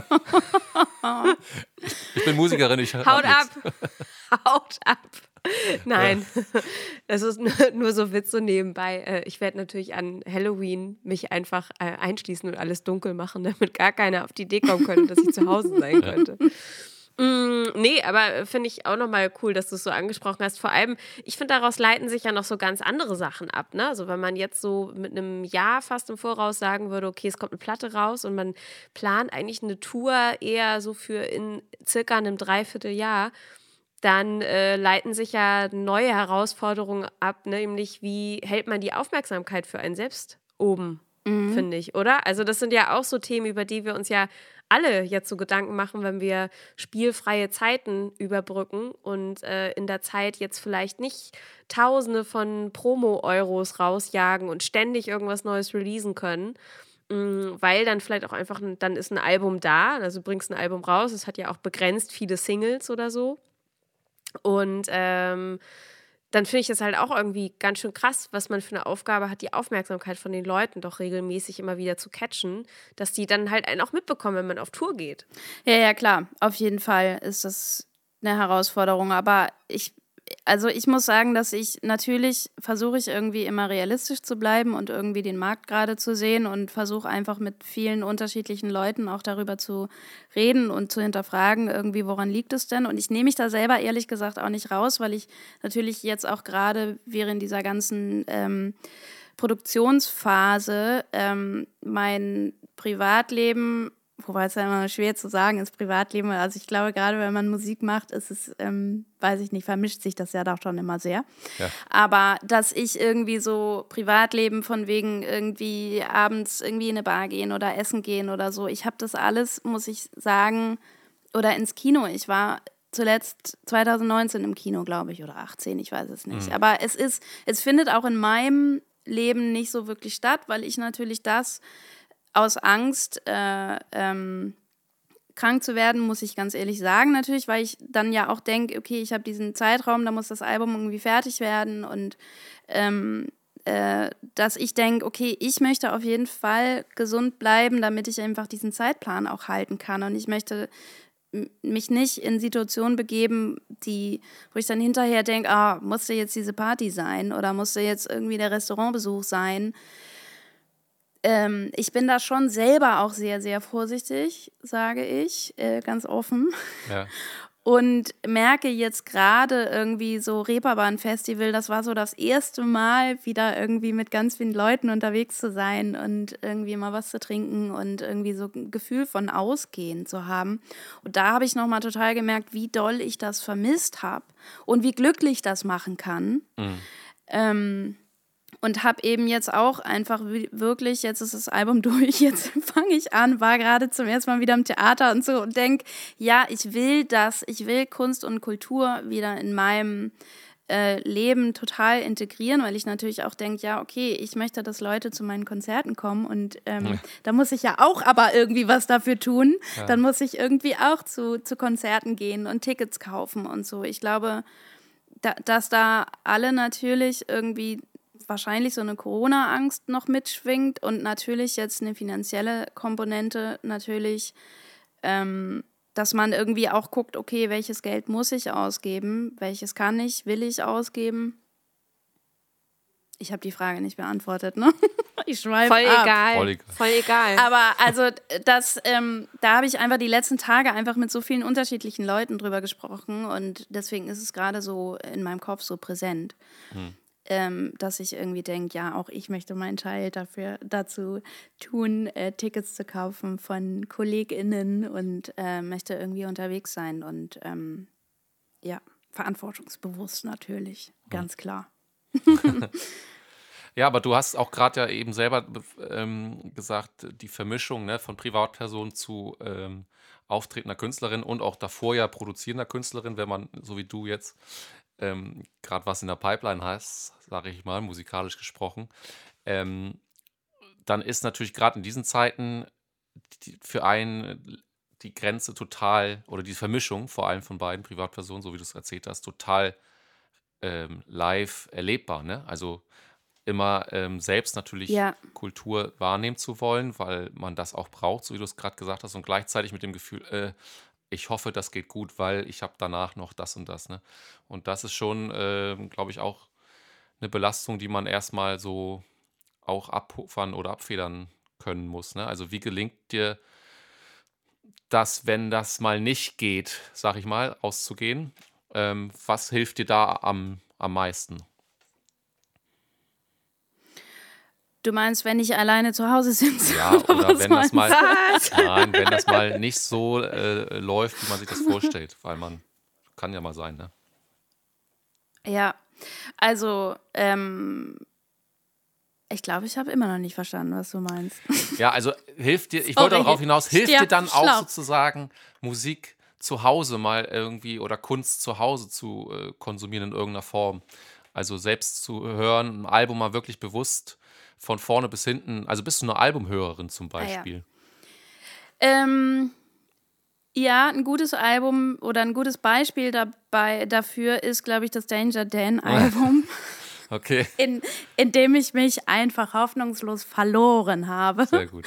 Ich bin Musikerin, Haut ab! Haut ab! Nein, das ist nur so Witz so nebenbei. Ich werde natürlich an Halloween mich einfach einschließen und alles dunkel machen, damit gar keiner auf die Idee kommen könnte, dass ich zu Hause sein könnte. Nee, aber finde ich auch nochmal cool, dass du es so angesprochen hast. Vor allem, ich finde, daraus leiten sich ja noch so ganz andere Sachen ab. Ne? Also wenn man jetzt so mit einem Jahr fast im Voraus sagen würde, okay, es kommt eine Platte raus und man plant eigentlich eine Tour eher so für in circa einem Dreivierteljahr, dann leiten sich ja neue Herausforderungen ab, ne? Nämlich wie hält man die Aufmerksamkeit für einen selbst oben, finde ich, oder? Also das sind ja auch so Themen, über die wir uns ja alle jetzt so Gedanken machen, wenn wir spielfreie Zeiten überbrücken und in der Zeit jetzt vielleicht nicht Tausende von Promo-Euros rausjagen und ständig irgendwas Neues releasen können, weil dann vielleicht auch einfach, dann ist ein Album da, also bringst ein Album raus, es hat ja auch begrenzt viele Singles oder so. Und dann finde ich das halt auch irgendwie ganz schön krass, was man für eine Aufgabe hat, die Aufmerksamkeit von den Leuten doch regelmäßig immer wieder zu catchen, dass die dann halt einen auch mitbekommen, wenn man auf Tour geht. Ja, klar. Auf jeden Fall ist das eine Herausforderung. Aber ich muss sagen, dass versuche ich irgendwie immer realistisch zu bleiben und irgendwie den Markt gerade zu sehen und versuche einfach mit vielen unterschiedlichen Leuten auch darüber zu reden und zu hinterfragen, irgendwie, woran liegt es denn? Und ich nehme mich da selber ehrlich gesagt auch nicht raus, weil ich natürlich jetzt auch gerade während dieser ganzen Produktionsphase mein Privatleben, wobei es ja immer schwer zu sagen ist, Privatleben. Also ich glaube, gerade wenn man Musik macht, ist es, weiß ich nicht, vermischt sich das ja doch schon immer sehr. Ja. Aber dass ich irgendwie so Privatleben von wegen irgendwie abends irgendwie in eine Bar gehen oder essen gehen oder so, ich habe das alles, muss ich sagen, oder ins Kino. Ich war zuletzt 2019 im Kino, glaube ich, oder 18, ich weiß es nicht. Aber es findet auch in meinem Leben nicht so wirklich statt, weil ich natürlich das aus Angst, krank zu werden, muss ich ganz ehrlich sagen, natürlich, weil ich dann ja auch denke, okay, ich habe diesen Zeitraum, da muss das Album irgendwie fertig werden und dass ich denke, okay, ich möchte auf jeden Fall gesund bleiben, damit ich einfach diesen Zeitplan auch halten kann und ich möchte mich nicht in Situationen begeben, wo ich dann hinterher denke, musste jetzt diese Party sein oder musste jetzt irgendwie der Restaurantbesuch sein. Ich bin da schon selber auch sehr, sehr vorsichtig, sage ich, ganz offen. Ja. Und merke jetzt gerade irgendwie so Reeperbahn-Festival, das war so das erste Mal wieder irgendwie mit ganz vielen Leuten unterwegs zu sein und irgendwie mal was zu trinken und irgendwie so ein Gefühl von Ausgehen zu haben. Und da habe ich nochmal total gemerkt, wie doll ich das vermisst habe und wie glücklich das machen kann. Und habe eben jetzt auch einfach wirklich, jetzt ist das Album durch, jetzt fange ich an, war gerade zum ersten Mal wieder im Theater und so und denke, ja, ich will Kunst und Kultur wieder in meinem Leben total integrieren, weil ich natürlich auch denke, ja, okay, ich möchte, dass Leute zu meinen Konzerten kommen und da muss ich ja auch aber irgendwie was dafür tun. Ja. Dann muss ich irgendwie auch zu Konzerten gehen und Tickets kaufen und so. Ich glaube, dass da alle natürlich irgendwie wahrscheinlich so eine Corona-Angst noch mitschwingt und natürlich jetzt eine finanzielle Komponente natürlich, dass man irgendwie auch guckt, okay, welches Geld muss ich ausgeben, welches will ich ausgeben. Ich habe die Frage nicht beantwortet, ne? Ich schweife ab. Voll egal. Aber also da habe ich einfach die letzten Tage einfach mit so vielen unterschiedlichen Leuten drüber gesprochen und deswegen ist es gerade so in meinem Kopf so präsent. Dass ich irgendwie denke, ja, auch ich möchte meinen Teil dazu tun, Tickets zu kaufen von KollegInnen und möchte irgendwie unterwegs sein und ja, verantwortungsbewusst natürlich, ganz klar. Ja, aber du hast auch gerade ja eben selber gesagt, die Vermischung, ne, von Privatperson zu auftretender Künstlerin und auch davor ja produzierender Künstlerin, wenn man, so wie du jetzt, gerade was in der Pipeline hast, sage ich mal, musikalisch gesprochen, dann ist natürlich gerade in diesen Zeiten für einen die Grenze total, oder die Vermischung vor allem von beiden Privatpersonen, so wie du es erzählt hast, total live erlebbar. Ne? Also immer selbst natürlich Kultur wahrnehmen zu wollen, weil man das auch braucht, so wie du es gerade gesagt hast, und gleichzeitig mit dem Gefühl, ich hoffe, das geht gut, weil ich habe danach noch das und das. Ne? Und das ist schon, glaube ich, auch eine Belastung, die man erstmal so auch abpuffern oder abfedern können muss. Ne? Also wie gelingt dir das, wenn das mal nicht geht, sag ich mal, auszugehen? Was hilft dir da am meisten? Du meinst, wenn ich alleine zu Hause sitze? Ja, oder wenn das mal, wenn das mal nicht so läuft, wie man sich das vorstellt, weil man, kann ja mal sein, ne? Ja, also ich glaube, ich habe immer noch nicht verstanden, was du meinst. Ja, also hilft dir, ich wollte darauf hinaus, hilft dir dann auch sozusagen Musik zu Hause mal irgendwie oder Kunst zu Hause zu konsumieren in irgendeiner Form? Also selbst zu hören, ein Album mal wirklich bewusst von vorne bis hinten, also bist du eine Albumhörerin zum Beispiel? Ja, ein gutes Album oder ein gutes Beispiel dafür ist, glaube ich, das Danger Dan-Album. Okay. In dem ich mich einfach hoffnungslos verloren habe. Sehr gut.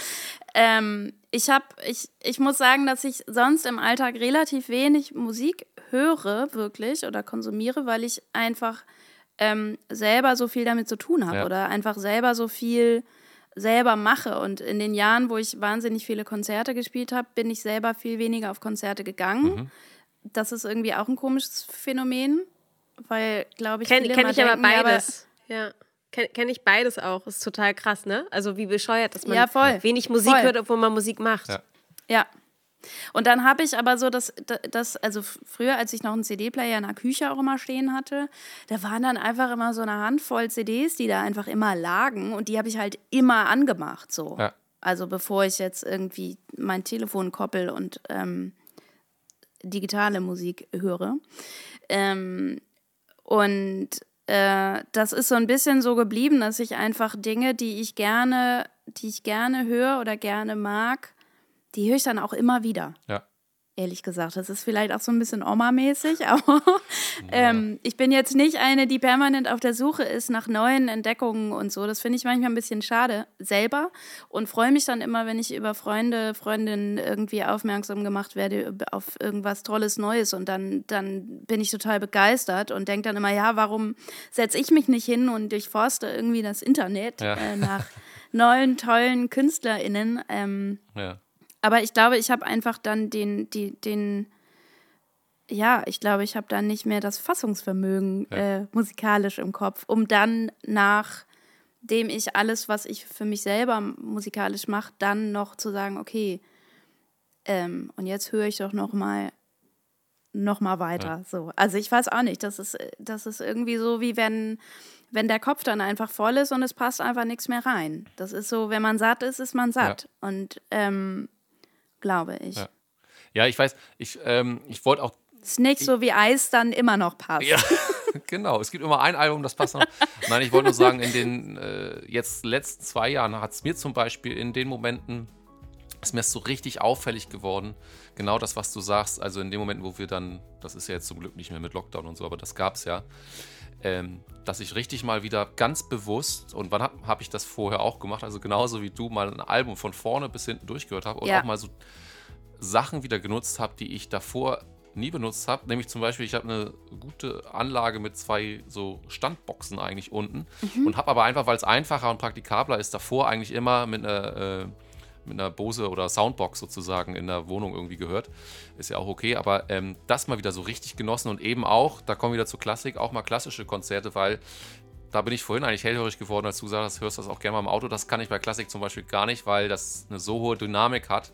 Ich muss sagen, dass ich sonst im Alltag relativ wenig Musik höre, wirklich, oder konsumiere, weil ich einfach selber so viel damit zu tun habe oder einfach selber so viel selber mache. Und in den Jahren, wo ich wahnsinnig viele Konzerte gespielt habe, bin ich selber viel weniger auf Konzerte gegangen. Das ist irgendwie auch ein komisches Phänomen, weil, glaube ich, viele kenn ich denken, aber beides. Ja, kenne ich beides auch. Ist total krass, ne? Also wie bescheuert, dass man wenig Musik hört, obwohl man Musik macht. Ja. Und dann habe ich aber so also früher, als ich noch einen CD-Player in der Küche auch immer stehen hatte, da waren dann einfach immer so eine Handvoll CDs, die da einfach immer lagen und die habe ich halt immer angemacht, so. Ja. Also bevor ich jetzt irgendwie mein Telefon koppel und digitale Musik höre. Das ist so ein bisschen so geblieben, dass ich einfach Dinge, die ich gerne höre oder gerne mag, die höre ich dann auch immer wieder. Ja. Ehrlich gesagt. Das ist vielleicht auch so ein bisschen Oma-mäßig, aber ich bin jetzt nicht eine, die permanent auf der Suche ist nach neuen Entdeckungen und so. Das finde ich manchmal ein bisschen schade selber und freue mich dann immer, wenn ich über Freundinnen irgendwie aufmerksam gemacht werde auf irgendwas Tolles Neues und dann bin ich total begeistert und denke dann immer, ja, warum setze ich mich nicht hin und durchforste irgendwie das Internet nach neuen, tollen KünstlerInnen. Aber ich glaube, ich habe einfach dann ja, ich glaube, ich habe dann nicht mehr das Fassungsvermögen musikalisch im Kopf, um dann nachdem ich alles, was ich für mich selber musikalisch mache, dann noch zu sagen, okay, und jetzt höre ich doch noch mal weiter. Ja. So. Also ich weiß auch nicht, das ist irgendwie so, wie wenn der Kopf dann einfach voll ist und es passt einfach nichts mehr rein. Das ist so, wenn man satt ist, ist man satt. Ja. Und glaube ich. Ja. Ja, ich weiß, ich wollte auch. Ist nicht so wie Eis dann immer noch passt. Ja, genau. Es gibt immer ein Album, das passt noch. Nein, ich wollte nur sagen, in den jetzt letzten 2 Jahren hat es mir zum Beispiel in den Momenten, ist mir so richtig auffällig geworden, genau das, was du sagst, also in den Momenten, wo wir dann, das ist ja jetzt zum Glück nicht mehr mit Lockdown und so, aber das gab es ja, dass ich richtig mal wieder ganz bewusst, und wann hab ich das vorher auch gemacht, also genauso wie du, mal ein Album von vorne bis hinten durchgehört habe und auch mal so Sachen wieder genutzt habe, die ich davor nie benutzt habe. Nämlich zum Beispiel, ich habe eine gute Anlage mit 2 so Standboxen eigentlich unten und habe aber einfach, weil es einfacher und praktikabler ist, davor eigentlich immer mit einer Bose oder Soundbox sozusagen in der Wohnung irgendwie gehört. Ist ja auch okay, aber das mal wieder so richtig genossen und eben auch, da kommen wir wieder zu Klassik, auch mal klassische Konzerte, weil da bin ich vorhin eigentlich hellhörig geworden, als du gesagt hast, hörst das auch gerne mal im Auto. Das kann ich bei Klassik zum Beispiel gar nicht, weil das eine so hohe Dynamik hat,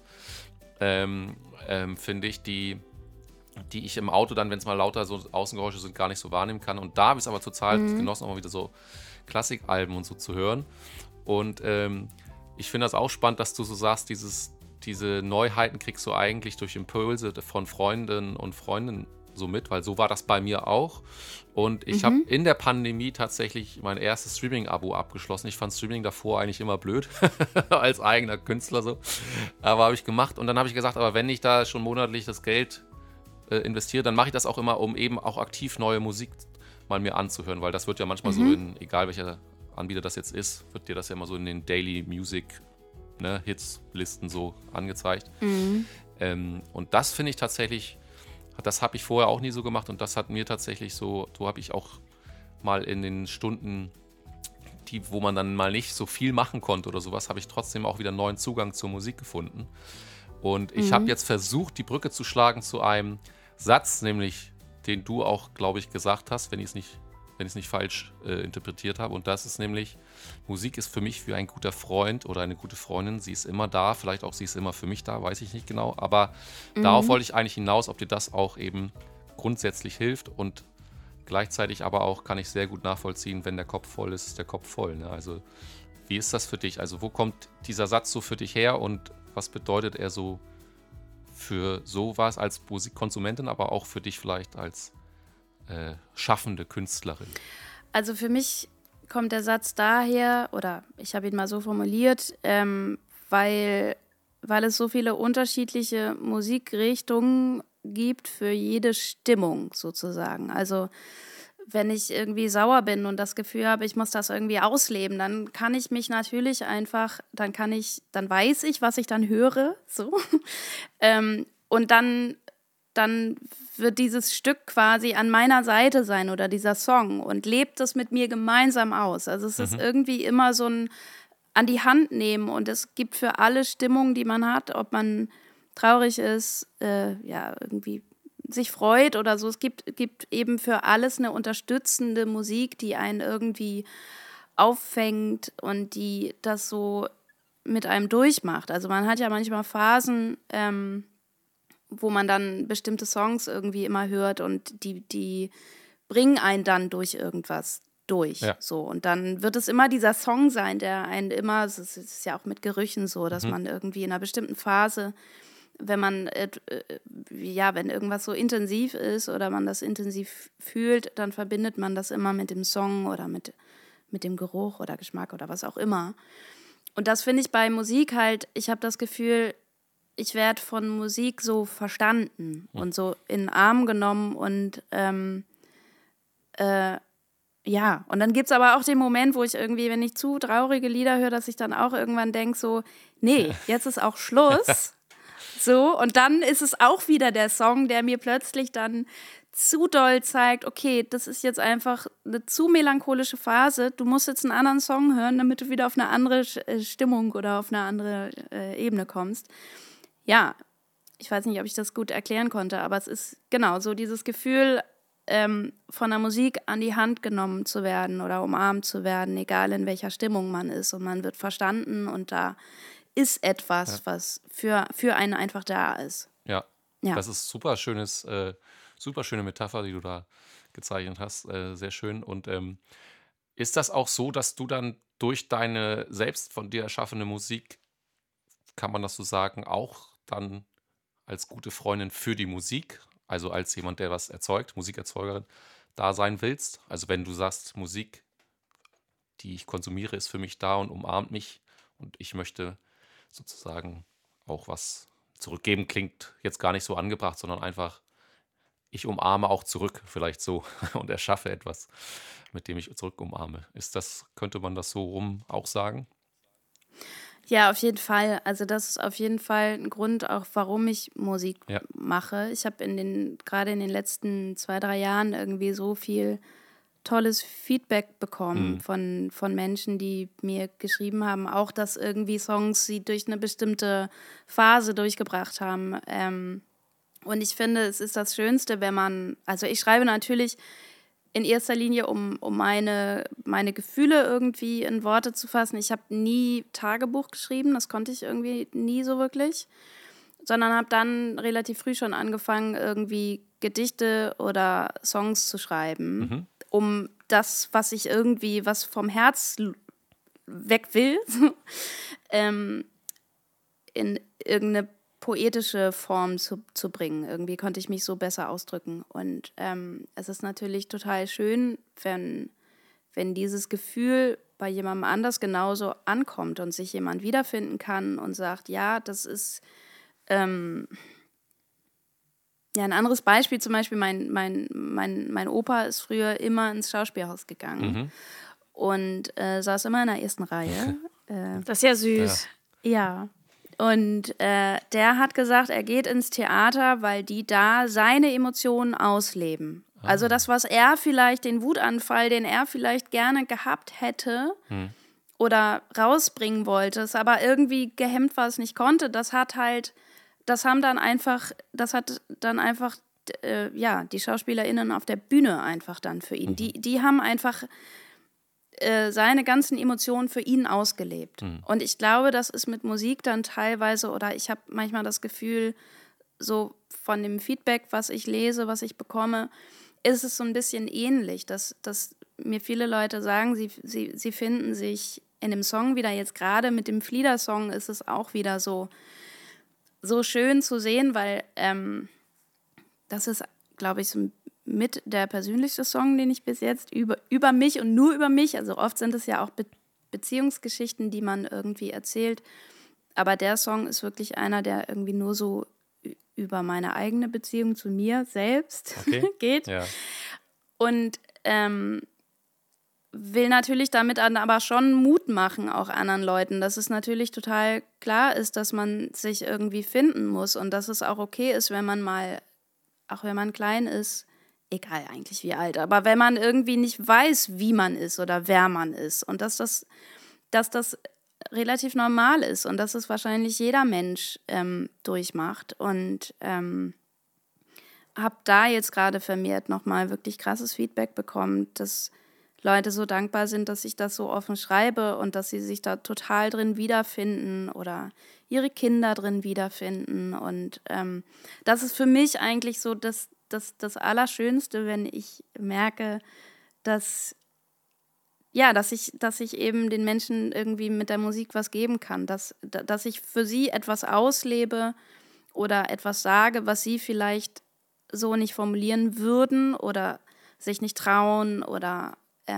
finde ich, die ich im Auto dann, wenn es mal lauter so Außengeräusche sind, gar nicht so wahrnehmen kann. Und da habe ich es aber total genossen, auch mal wieder so Klassikalben und so zu hören. Und ich finde das auch spannend, dass du so sagst, diese Neuheiten kriegst du eigentlich durch Impulse von Freundinnen und Freunden so mit, weil so war das bei mir auch. Und ich habe in der Pandemie tatsächlich mein erstes Streaming-Abo abgeschlossen. Ich fand Streaming davor eigentlich immer blöd, als eigener Künstler so. Aber habe ich gemacht und dann habe ich gesagt, aber wenn ich da schon monatlich das Geld investiere, dann mache ich das auch immer, um eben auch aktiv neue Musik mal mir anzuhören, weil das wird ja manchmal so egal welcher Anbieter das jetzt ist, wird dir das ja immer so in den Daily Music Hits-Listen so angezeigt. Und das finde ich tatsächlich, das habe ich vorher auch nie so gemacht und das hat mir tatsächlich so habe ich auch mal in den Stunden, wo man dann mal nicht so viel machen konnte oder sowas, habe ich trotzdem auch wieder neuen Zugang zur Musik gefunden. Und ich habe jetzt versucht, die Brücke zu schlagen zu einem Satz, nämlich den du auch, glaube ich, gesagt hast, wenn ich es nicht falsch interpretiert habe. Und das ist nämlich, Musik ist für mich wie ein guter Freund oder eine gute Freundin. Sie ist immer da, vielleicht auch sie ist immer für mich da, weiß ich nicht genau. Aber darauf wollte ich eigentlich hinaus, ob dir das auch eben grundsätzlich hilft. Und gleichzeitig aber auch kann ich sehr gut nachvollziehen, wenn der Kopf voll ist, ist der Kopf voll. Ne? Also wie ist das für dich? Also wo kommt dieser Satz so für dich her und was bedeutet er so für sowas als Musikkonsumentin, aber auch für dich vielleicht als schaffende Künstlerin? Also für mich kommt der Satz daher, oder ich habe ihn mal so formuliert, weil es so viele unterschiedliche Musikrichtungen gibt für jede Stimmung sozusagen. Also wenn ich irgendwie sauer bin und das Gefühl habe, ich muss das irgendwie ausleben, dann kann ich mich natürlich einfach, dann weiß ich, was ich dann höre, so. Und dann wird dieses Stück quasi an meiner Seite sein oder dieser Song und lebt es mit mir gemeinsam aus. Also es ist irgendwie immer so ein an die Hand nehmen und es gibt für alle Stimmungen, die man hat, ob man traurig ist, irgendwie sich freut oder so. Es gibt eben für alles eine unterstützende Musik, die einen irgendwie auffängt und die das so mit einem durchmacht. Also man hat ja manchmal Phasen, wo man dann bestimmte Songs irgendwie immer hört und die bringen einen dann durch irgendwas durch. Ja. So. Und dann wird es immer dieser Song sein, der einen immer, es ist ja auch mit Gerüchen so, dass man irgendwie in einer bestimmten Phase, wenn irgendwas so intensiv ist oder man das intensiv fühlt, dann verbindet man das immer mit dem Song oder mit dem Geruch oder Geschmack oder was auch immer. Und das finde ich bei Musik halt, ich habe das Gefühl, ich werde von Musik so verstanden und so in den Arm genommen und und dann gibt es aber auch den Moment, wo ich irgendwie, wenn ich zu traurige Lieder höre, dass ich dann auch irgendwann denke so, nee, jetzt ist auch Schluss. So, und dann ist es auch wieder der Song, der mir plötzlich dann zu doll zeigt, okay, das ist jetzt einfach eine zu melancholische Phase, du musst jetzt einen anderen Song hören, damit du wieder auf eine andere Stimmung oder auf eine andere Ebene kommst. Ja, ich weiß nicht, ob ich das gut erklären konnte, aber es ist genau so dieses Gefühl, von der Musik an die Hand genommen zu werden oder umarmt zu werden, egal in welcher Stimmung man ist. Und man wird verstanden und da ist etwas, was für einen einfach da ist. Ja, Ja. das ist super schöne Metapher, die du da gezeichnet hast. Sehr schön. Und ist das auch so, dass du dann durch deine selbst von dir erschaffene Musik, kann man das so sagen, auch dann als gute Freundin für die Musik, also als jemand, der was erzeugt, Musikerzeugerin, da sein willst? Also wenn du sagst, Musik, die ich konsumiere, ist für mich da und umarmt mich und ich möchte sozusagen auch was zurückgeben, klingt jetzt gar nicht so angebracht, sondern einfach, ich umarme auch zurück, vielleicht so, und erschaffe etwas, mit dem ich zurück umarme. Könnte man das so rum auch sagen? Ja, auf jeden Fall. Also das ist auf jeden Fall ein Grund auch, warum ich Musik Ja. mache. Ich habe gerade in den letzten 2, 3 Jahren irgendwie so viel tolles Feedback bekommen von Menschen, die mir geschrieben haben, auch dass irgendwie Songs sie durch eine bestimmte Phase durchgebracht haben. Und ich finde, es ist das Schönste, also ich schreibe natürlich in erster Linie, um meine Gefühle irgendwie in Worte zu fassen. Ich habe nie Tagebuch geschrieben, das konnte ich irgendwie nie so wirklich, sondern habe dann relativ früh schon angefangen, irgendwie Gedichte oder Songs zu schreiben, um das, was vom Herz weg will, in irgendeine poetische Form zu bringen. Irgendwie konnte ich mich so besser ausdrücken. Und es ist natürlich total schön, wenn dieses Gefühl bei jemandem anders genauso ankommt und sich jemand wiederfinden kann und sagt, ja, das ist ja, ein anderes Beispiel, zum Beispiel mein Opa ist früher immer ins Schauspielhaus gegangen und saß immer in der ersten Reihe. Das ist ja süß. Ja. Und der hat gesagt, er geht ins Theater, weil die da seine Emotionen ausleben. Also das, was er vielleicht, den Wutanfall, den er vielleicht gerne gehabt hätte oder rausbringen wollte, es aber irgendwie gehemmt war, es nicht konnte, das hat dann einfach die SchauspielerInnen auf der Bühne einfach dann für ihn. Die haben einfach seine ganzen Emotionen für ihn ausgelebt. Und ich glaube, das ist mit Musik dann teilweise, oder ich habe manchmal das Gefühl, so von dem Feedback, was ich lese, was ich bekomme, ist es so ein bisschen ähnlich, dass mir viele Leute sagen, sie finden sich in dem Song wieder, jetzt gerade mit dem Flieder-Song ist es auch wieder so schön zu sehen, weil das ist, glaube ich, so mit der persönlichste Song, den ich bis jetzt über mich und nur über mich, also oft sind es ja auch Beziehungsgeschichten, die man irgendwie erzählt, aber der Song ist wirklich einer, der irgendwie nur so über meine eigene Beziehung zu mir selbst geht. Ja. Und will natürlich damit aber schon Mut machen, auch anderen Leuten, dass es natürlich total klar ist, dass man sich irgendwie finden muss und dass es auch okay ist, wenn man auch wenn man klein ist, egal eigentlich wie alt, aber wenn man irgendwie nicht weiß, wie man ist oder wer man ist und dass das relativ normal ist und dass es wahrscheinlich jeder Mensch durchmacht und habe da jetzt gerade vermehrt nochmal wirklich krasses Feedback bekommen, dass Leute so dankbar sind, dass ich das so offen schreibe und dass sie sich da total drin wiederfinden oder ihre Kinder drin wiederfinden und das ist für mich eigentlich so das Allerschönste, wenn ich merke, dass ich eben den Menschen irgendwie mit der Musik was geben kann, dass ich für sie etwas auslebe oder etwas sage, was sie vielleicht so nicht formulieren würden oder sich nicht trauen oder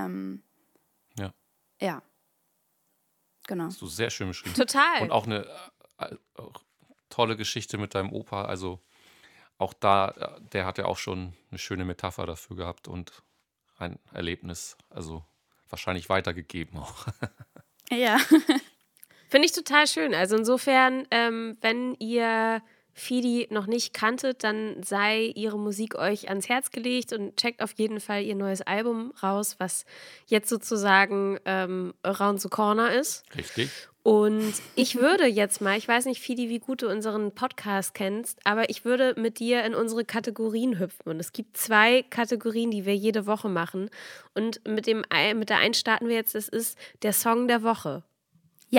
ja, genau. Hast du sehr schön beschrieben. Total. Und auch eine auch tolle Geschichte mit deinem Opa, also auch da, der hat ja auch schon eine schöne Metapher dafür gehabt und ein Erlebnis, also wahrscheinlich weitergegeben auch. Ja. Finde ich total schön. Also insofern, wenn ihr Fidi noch nicht kanntet, dann sei ihre Musik euch ans Herz gelegt und checkt auf jeden Fall ihr neues Album raus, was jetzt sozusagen Around the Corner ist. Richtig. Und ich würde jetzt mal, ich weiß nicht, Fidi, wie gut du unseren Podcast kennst, aber ich würde mit dir in unsere Kategorien hüpfen. Und es gibt 2 Kategorien, die wir jede Woche machen. Und mit der einen starten wir jetzt, das ist der Song der Woche. Ja.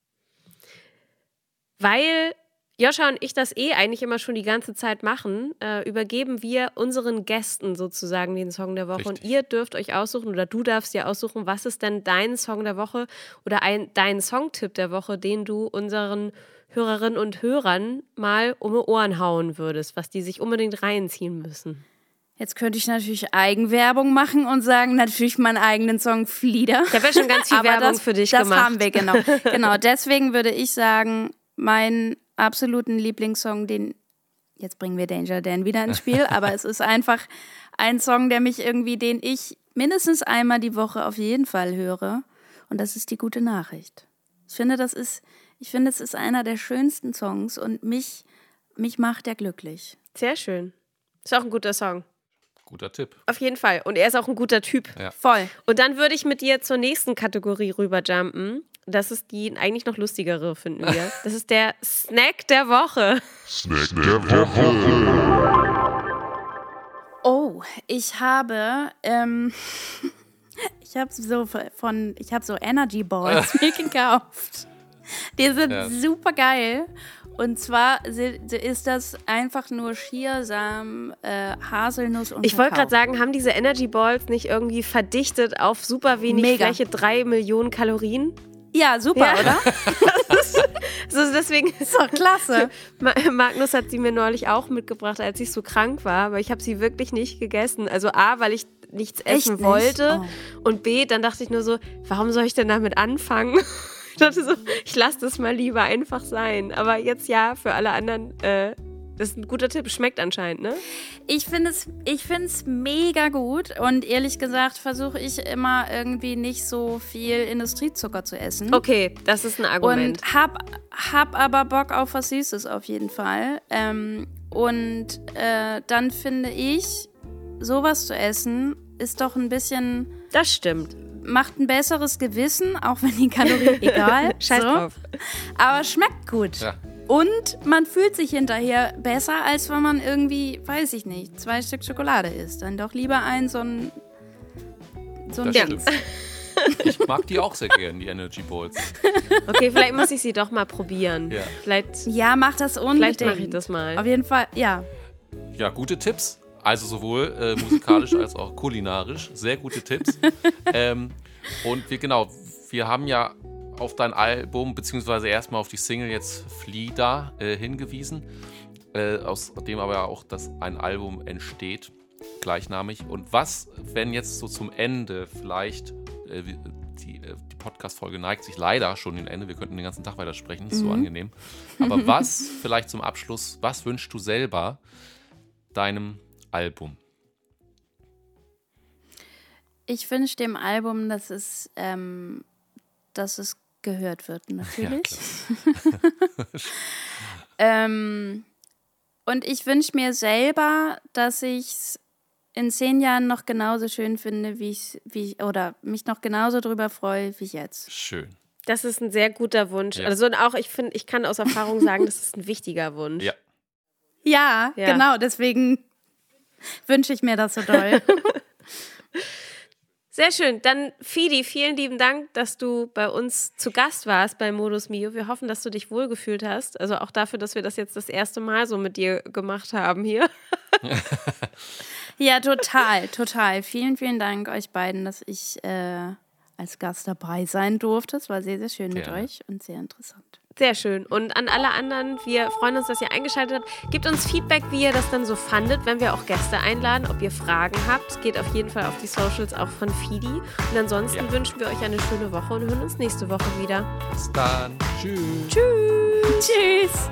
Weil Joscha und ich das eigentlich immer schon die ganze Zeit machen, übergeben wir unseren Gästen sozusagen den Song der Woche. Richtig. Und ihr dürft euch aussuchen oder du darfst dir aussuchen, was ist denn dein Song der Woche oder dein Songtipp der Woche, den du unseren Hörerinnen und Hörern mal um die Ohren hauen würdest, was die sich unbedingt reinziehen müssen. Jetzt könnte ich natürlich Eigenwerbung machen und sagen, natürlich meinen eigenen Song Flieder. Ich habe ja schon ganz viel Aber Werbung für dich gemacht. Das haben wir, genau. Genau, deswegen würde ich sagen, meinen absoluten Lieblingssong, jetzt bringen wir Danger Dan wieder ins Spiel, aber es ist einfach ein Song, den ich mindestens einmal die Woche auf jeden Fall höre. Und das ist die gute Nachricht. Ich finde, es ist einer der schönsten Songs und mich macht er glücklich. Sehr schön. Ist auch ein guter Song. Guter Tipp. Auf jeden Fall. Und er ist auch ein guter Typ. Ja. Voll. Und dann würde ich mit dir zur nächsten Kategorie rüberjumpen. Das ist die eigentlich noch lustigere, finden wir. Das ist der Snack der Woche. Snack der Woche. Oh, ich habe so Energy Balls mir gekauft. Die sind super geil. Und zwar ist das einfach nur Chiasamen, Haselnuss und Ich wollte Kakao. gerade sagen, haben diese Energy Balls nicht irgendwie verdichtet auf super wenig Mega. Fläche 3 Millionen Kalorien? Ja, super, Ja. oder? Also deswegen, Ist doch klasse. Magnus hat sie mir neulich auch mitgebracht, als ich so krank war, aber ich habe sie wirklich nicht gegessen. Also A, weil ich nichts essen nicht? wollte Oh. und B, dann dachte ich nur so, warum soll ich denn damit anfangen? Ich dachte so, ich lasse das mal lieber einfach sein. Aber jetzt ja, für alle anderen, das ist ein guter Tipp. Schmeckt anscheinend, ne? Ich finde es mega gut und ehrlich gesagt versuche ich immer irgendwie nicht so viel Industriezucker zu essen. Okay, das ist ein Argument. Und hab aber Bock auf was Süßes auf jeden Fall. Dann finde ich, sowas zu essen ist doch ein bisschen, Das stimmt. macht ein besseres Gewissen, auch wenn die Kalorien egal. Scheiß so. drauf. Aber schmeckt gut. Ja. Und man fühlt sich hinterher besser, als wenn man irgendwie, weiß ich nicht, 2 Stück Schokolade isst. Dann doch lieber so ein Das Ding. stimmt. Ich mag die auch sehr gern, die Energy Balls. Okay, vielleicht muss ich sie doch mal probieren. Ja. Vielleicht Ja, mach das unbedingt. mache ich das mal. Auf jeden Fall, ja. Ja, gute Tipps. Also sowohl musikalisch als auch kulinarisch. Sehr gute Tipps. Und wir haben ja auf dein Album, beziehungsweise erstmal auf die Single jetzt Flieder hingewiesen, aus dem aber auch ein Album entsteht, gleichnamig. Und was, wenn jetzt so zum Ende vielleicht, die Podcast-Folge neigt sich leider schon dem Ende, wir könnten den ganzen Tag weitersprechen, ist so angenehm. Aber was, vielleicht zum Abschluss, was wünschst du selber deinem Album? Ich wünsche dem Album, dass es gehört wird, natürlich. Und ich wünsche mir selber, dass ich es in 10 Jahren noch genauso schön finde, oder mich noch genauso drüber freue wie jetzt. Schön. Das ist ein sehr guter Wunsch. Ja. Also und auch, ich kann aus Erfahrung sagen, das ist ein wichtiger Wunsch. Ja. Ja, Ja. genau, deswegen wünsche ich mir das so doll. Sehr schön. Dann, Fidi, vielen lieben Dank, dass du bei uns zu Gast warst bei Modus Mio. Wir hoffen, dass du dich wohlgefühlt hast. Also auch dafür, dass wir das jetzt das erste Mal so mit dir gemacht haben hier. Ja, total, total. Vielen, vielen Dank euch beiden, dass ich als Gast dabei sein durfte. Es war sehr, sehr schön mit Gerne. euch und sehr interessant. Sehr schön. Und an alle anderen, wir freuen uns, dass ihr eingeschaltet habt. Gebt uns Feedback, wie ihr das dann so fandet, wenn wir auch Gäste einladen, ob ihr Fragen habt. Geht auf jeden Fall auf die Socials auch von Fidi. Und ansonsten wünschen wir euch eine schöne Woche und hören uns nächste Woche wieder. Bis dann. Tschüss. Tschüss!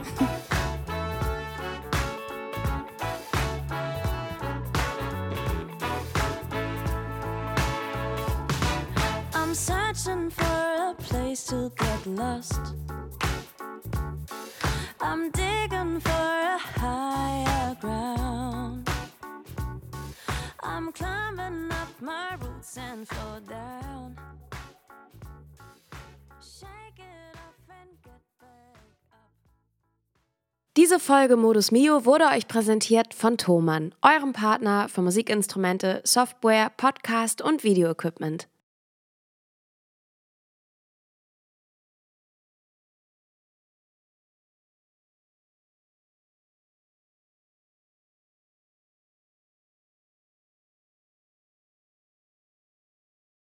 I'm searching for a place to get lost. I'm digging for a higher ground. I'm climbing up my roots and fall down. Shake it off. Diese Folge Modus Mio wurde euch präsentiert von Thomann, eurem Partner für Musikinstrumente, Software, Podcast und Videoequipment.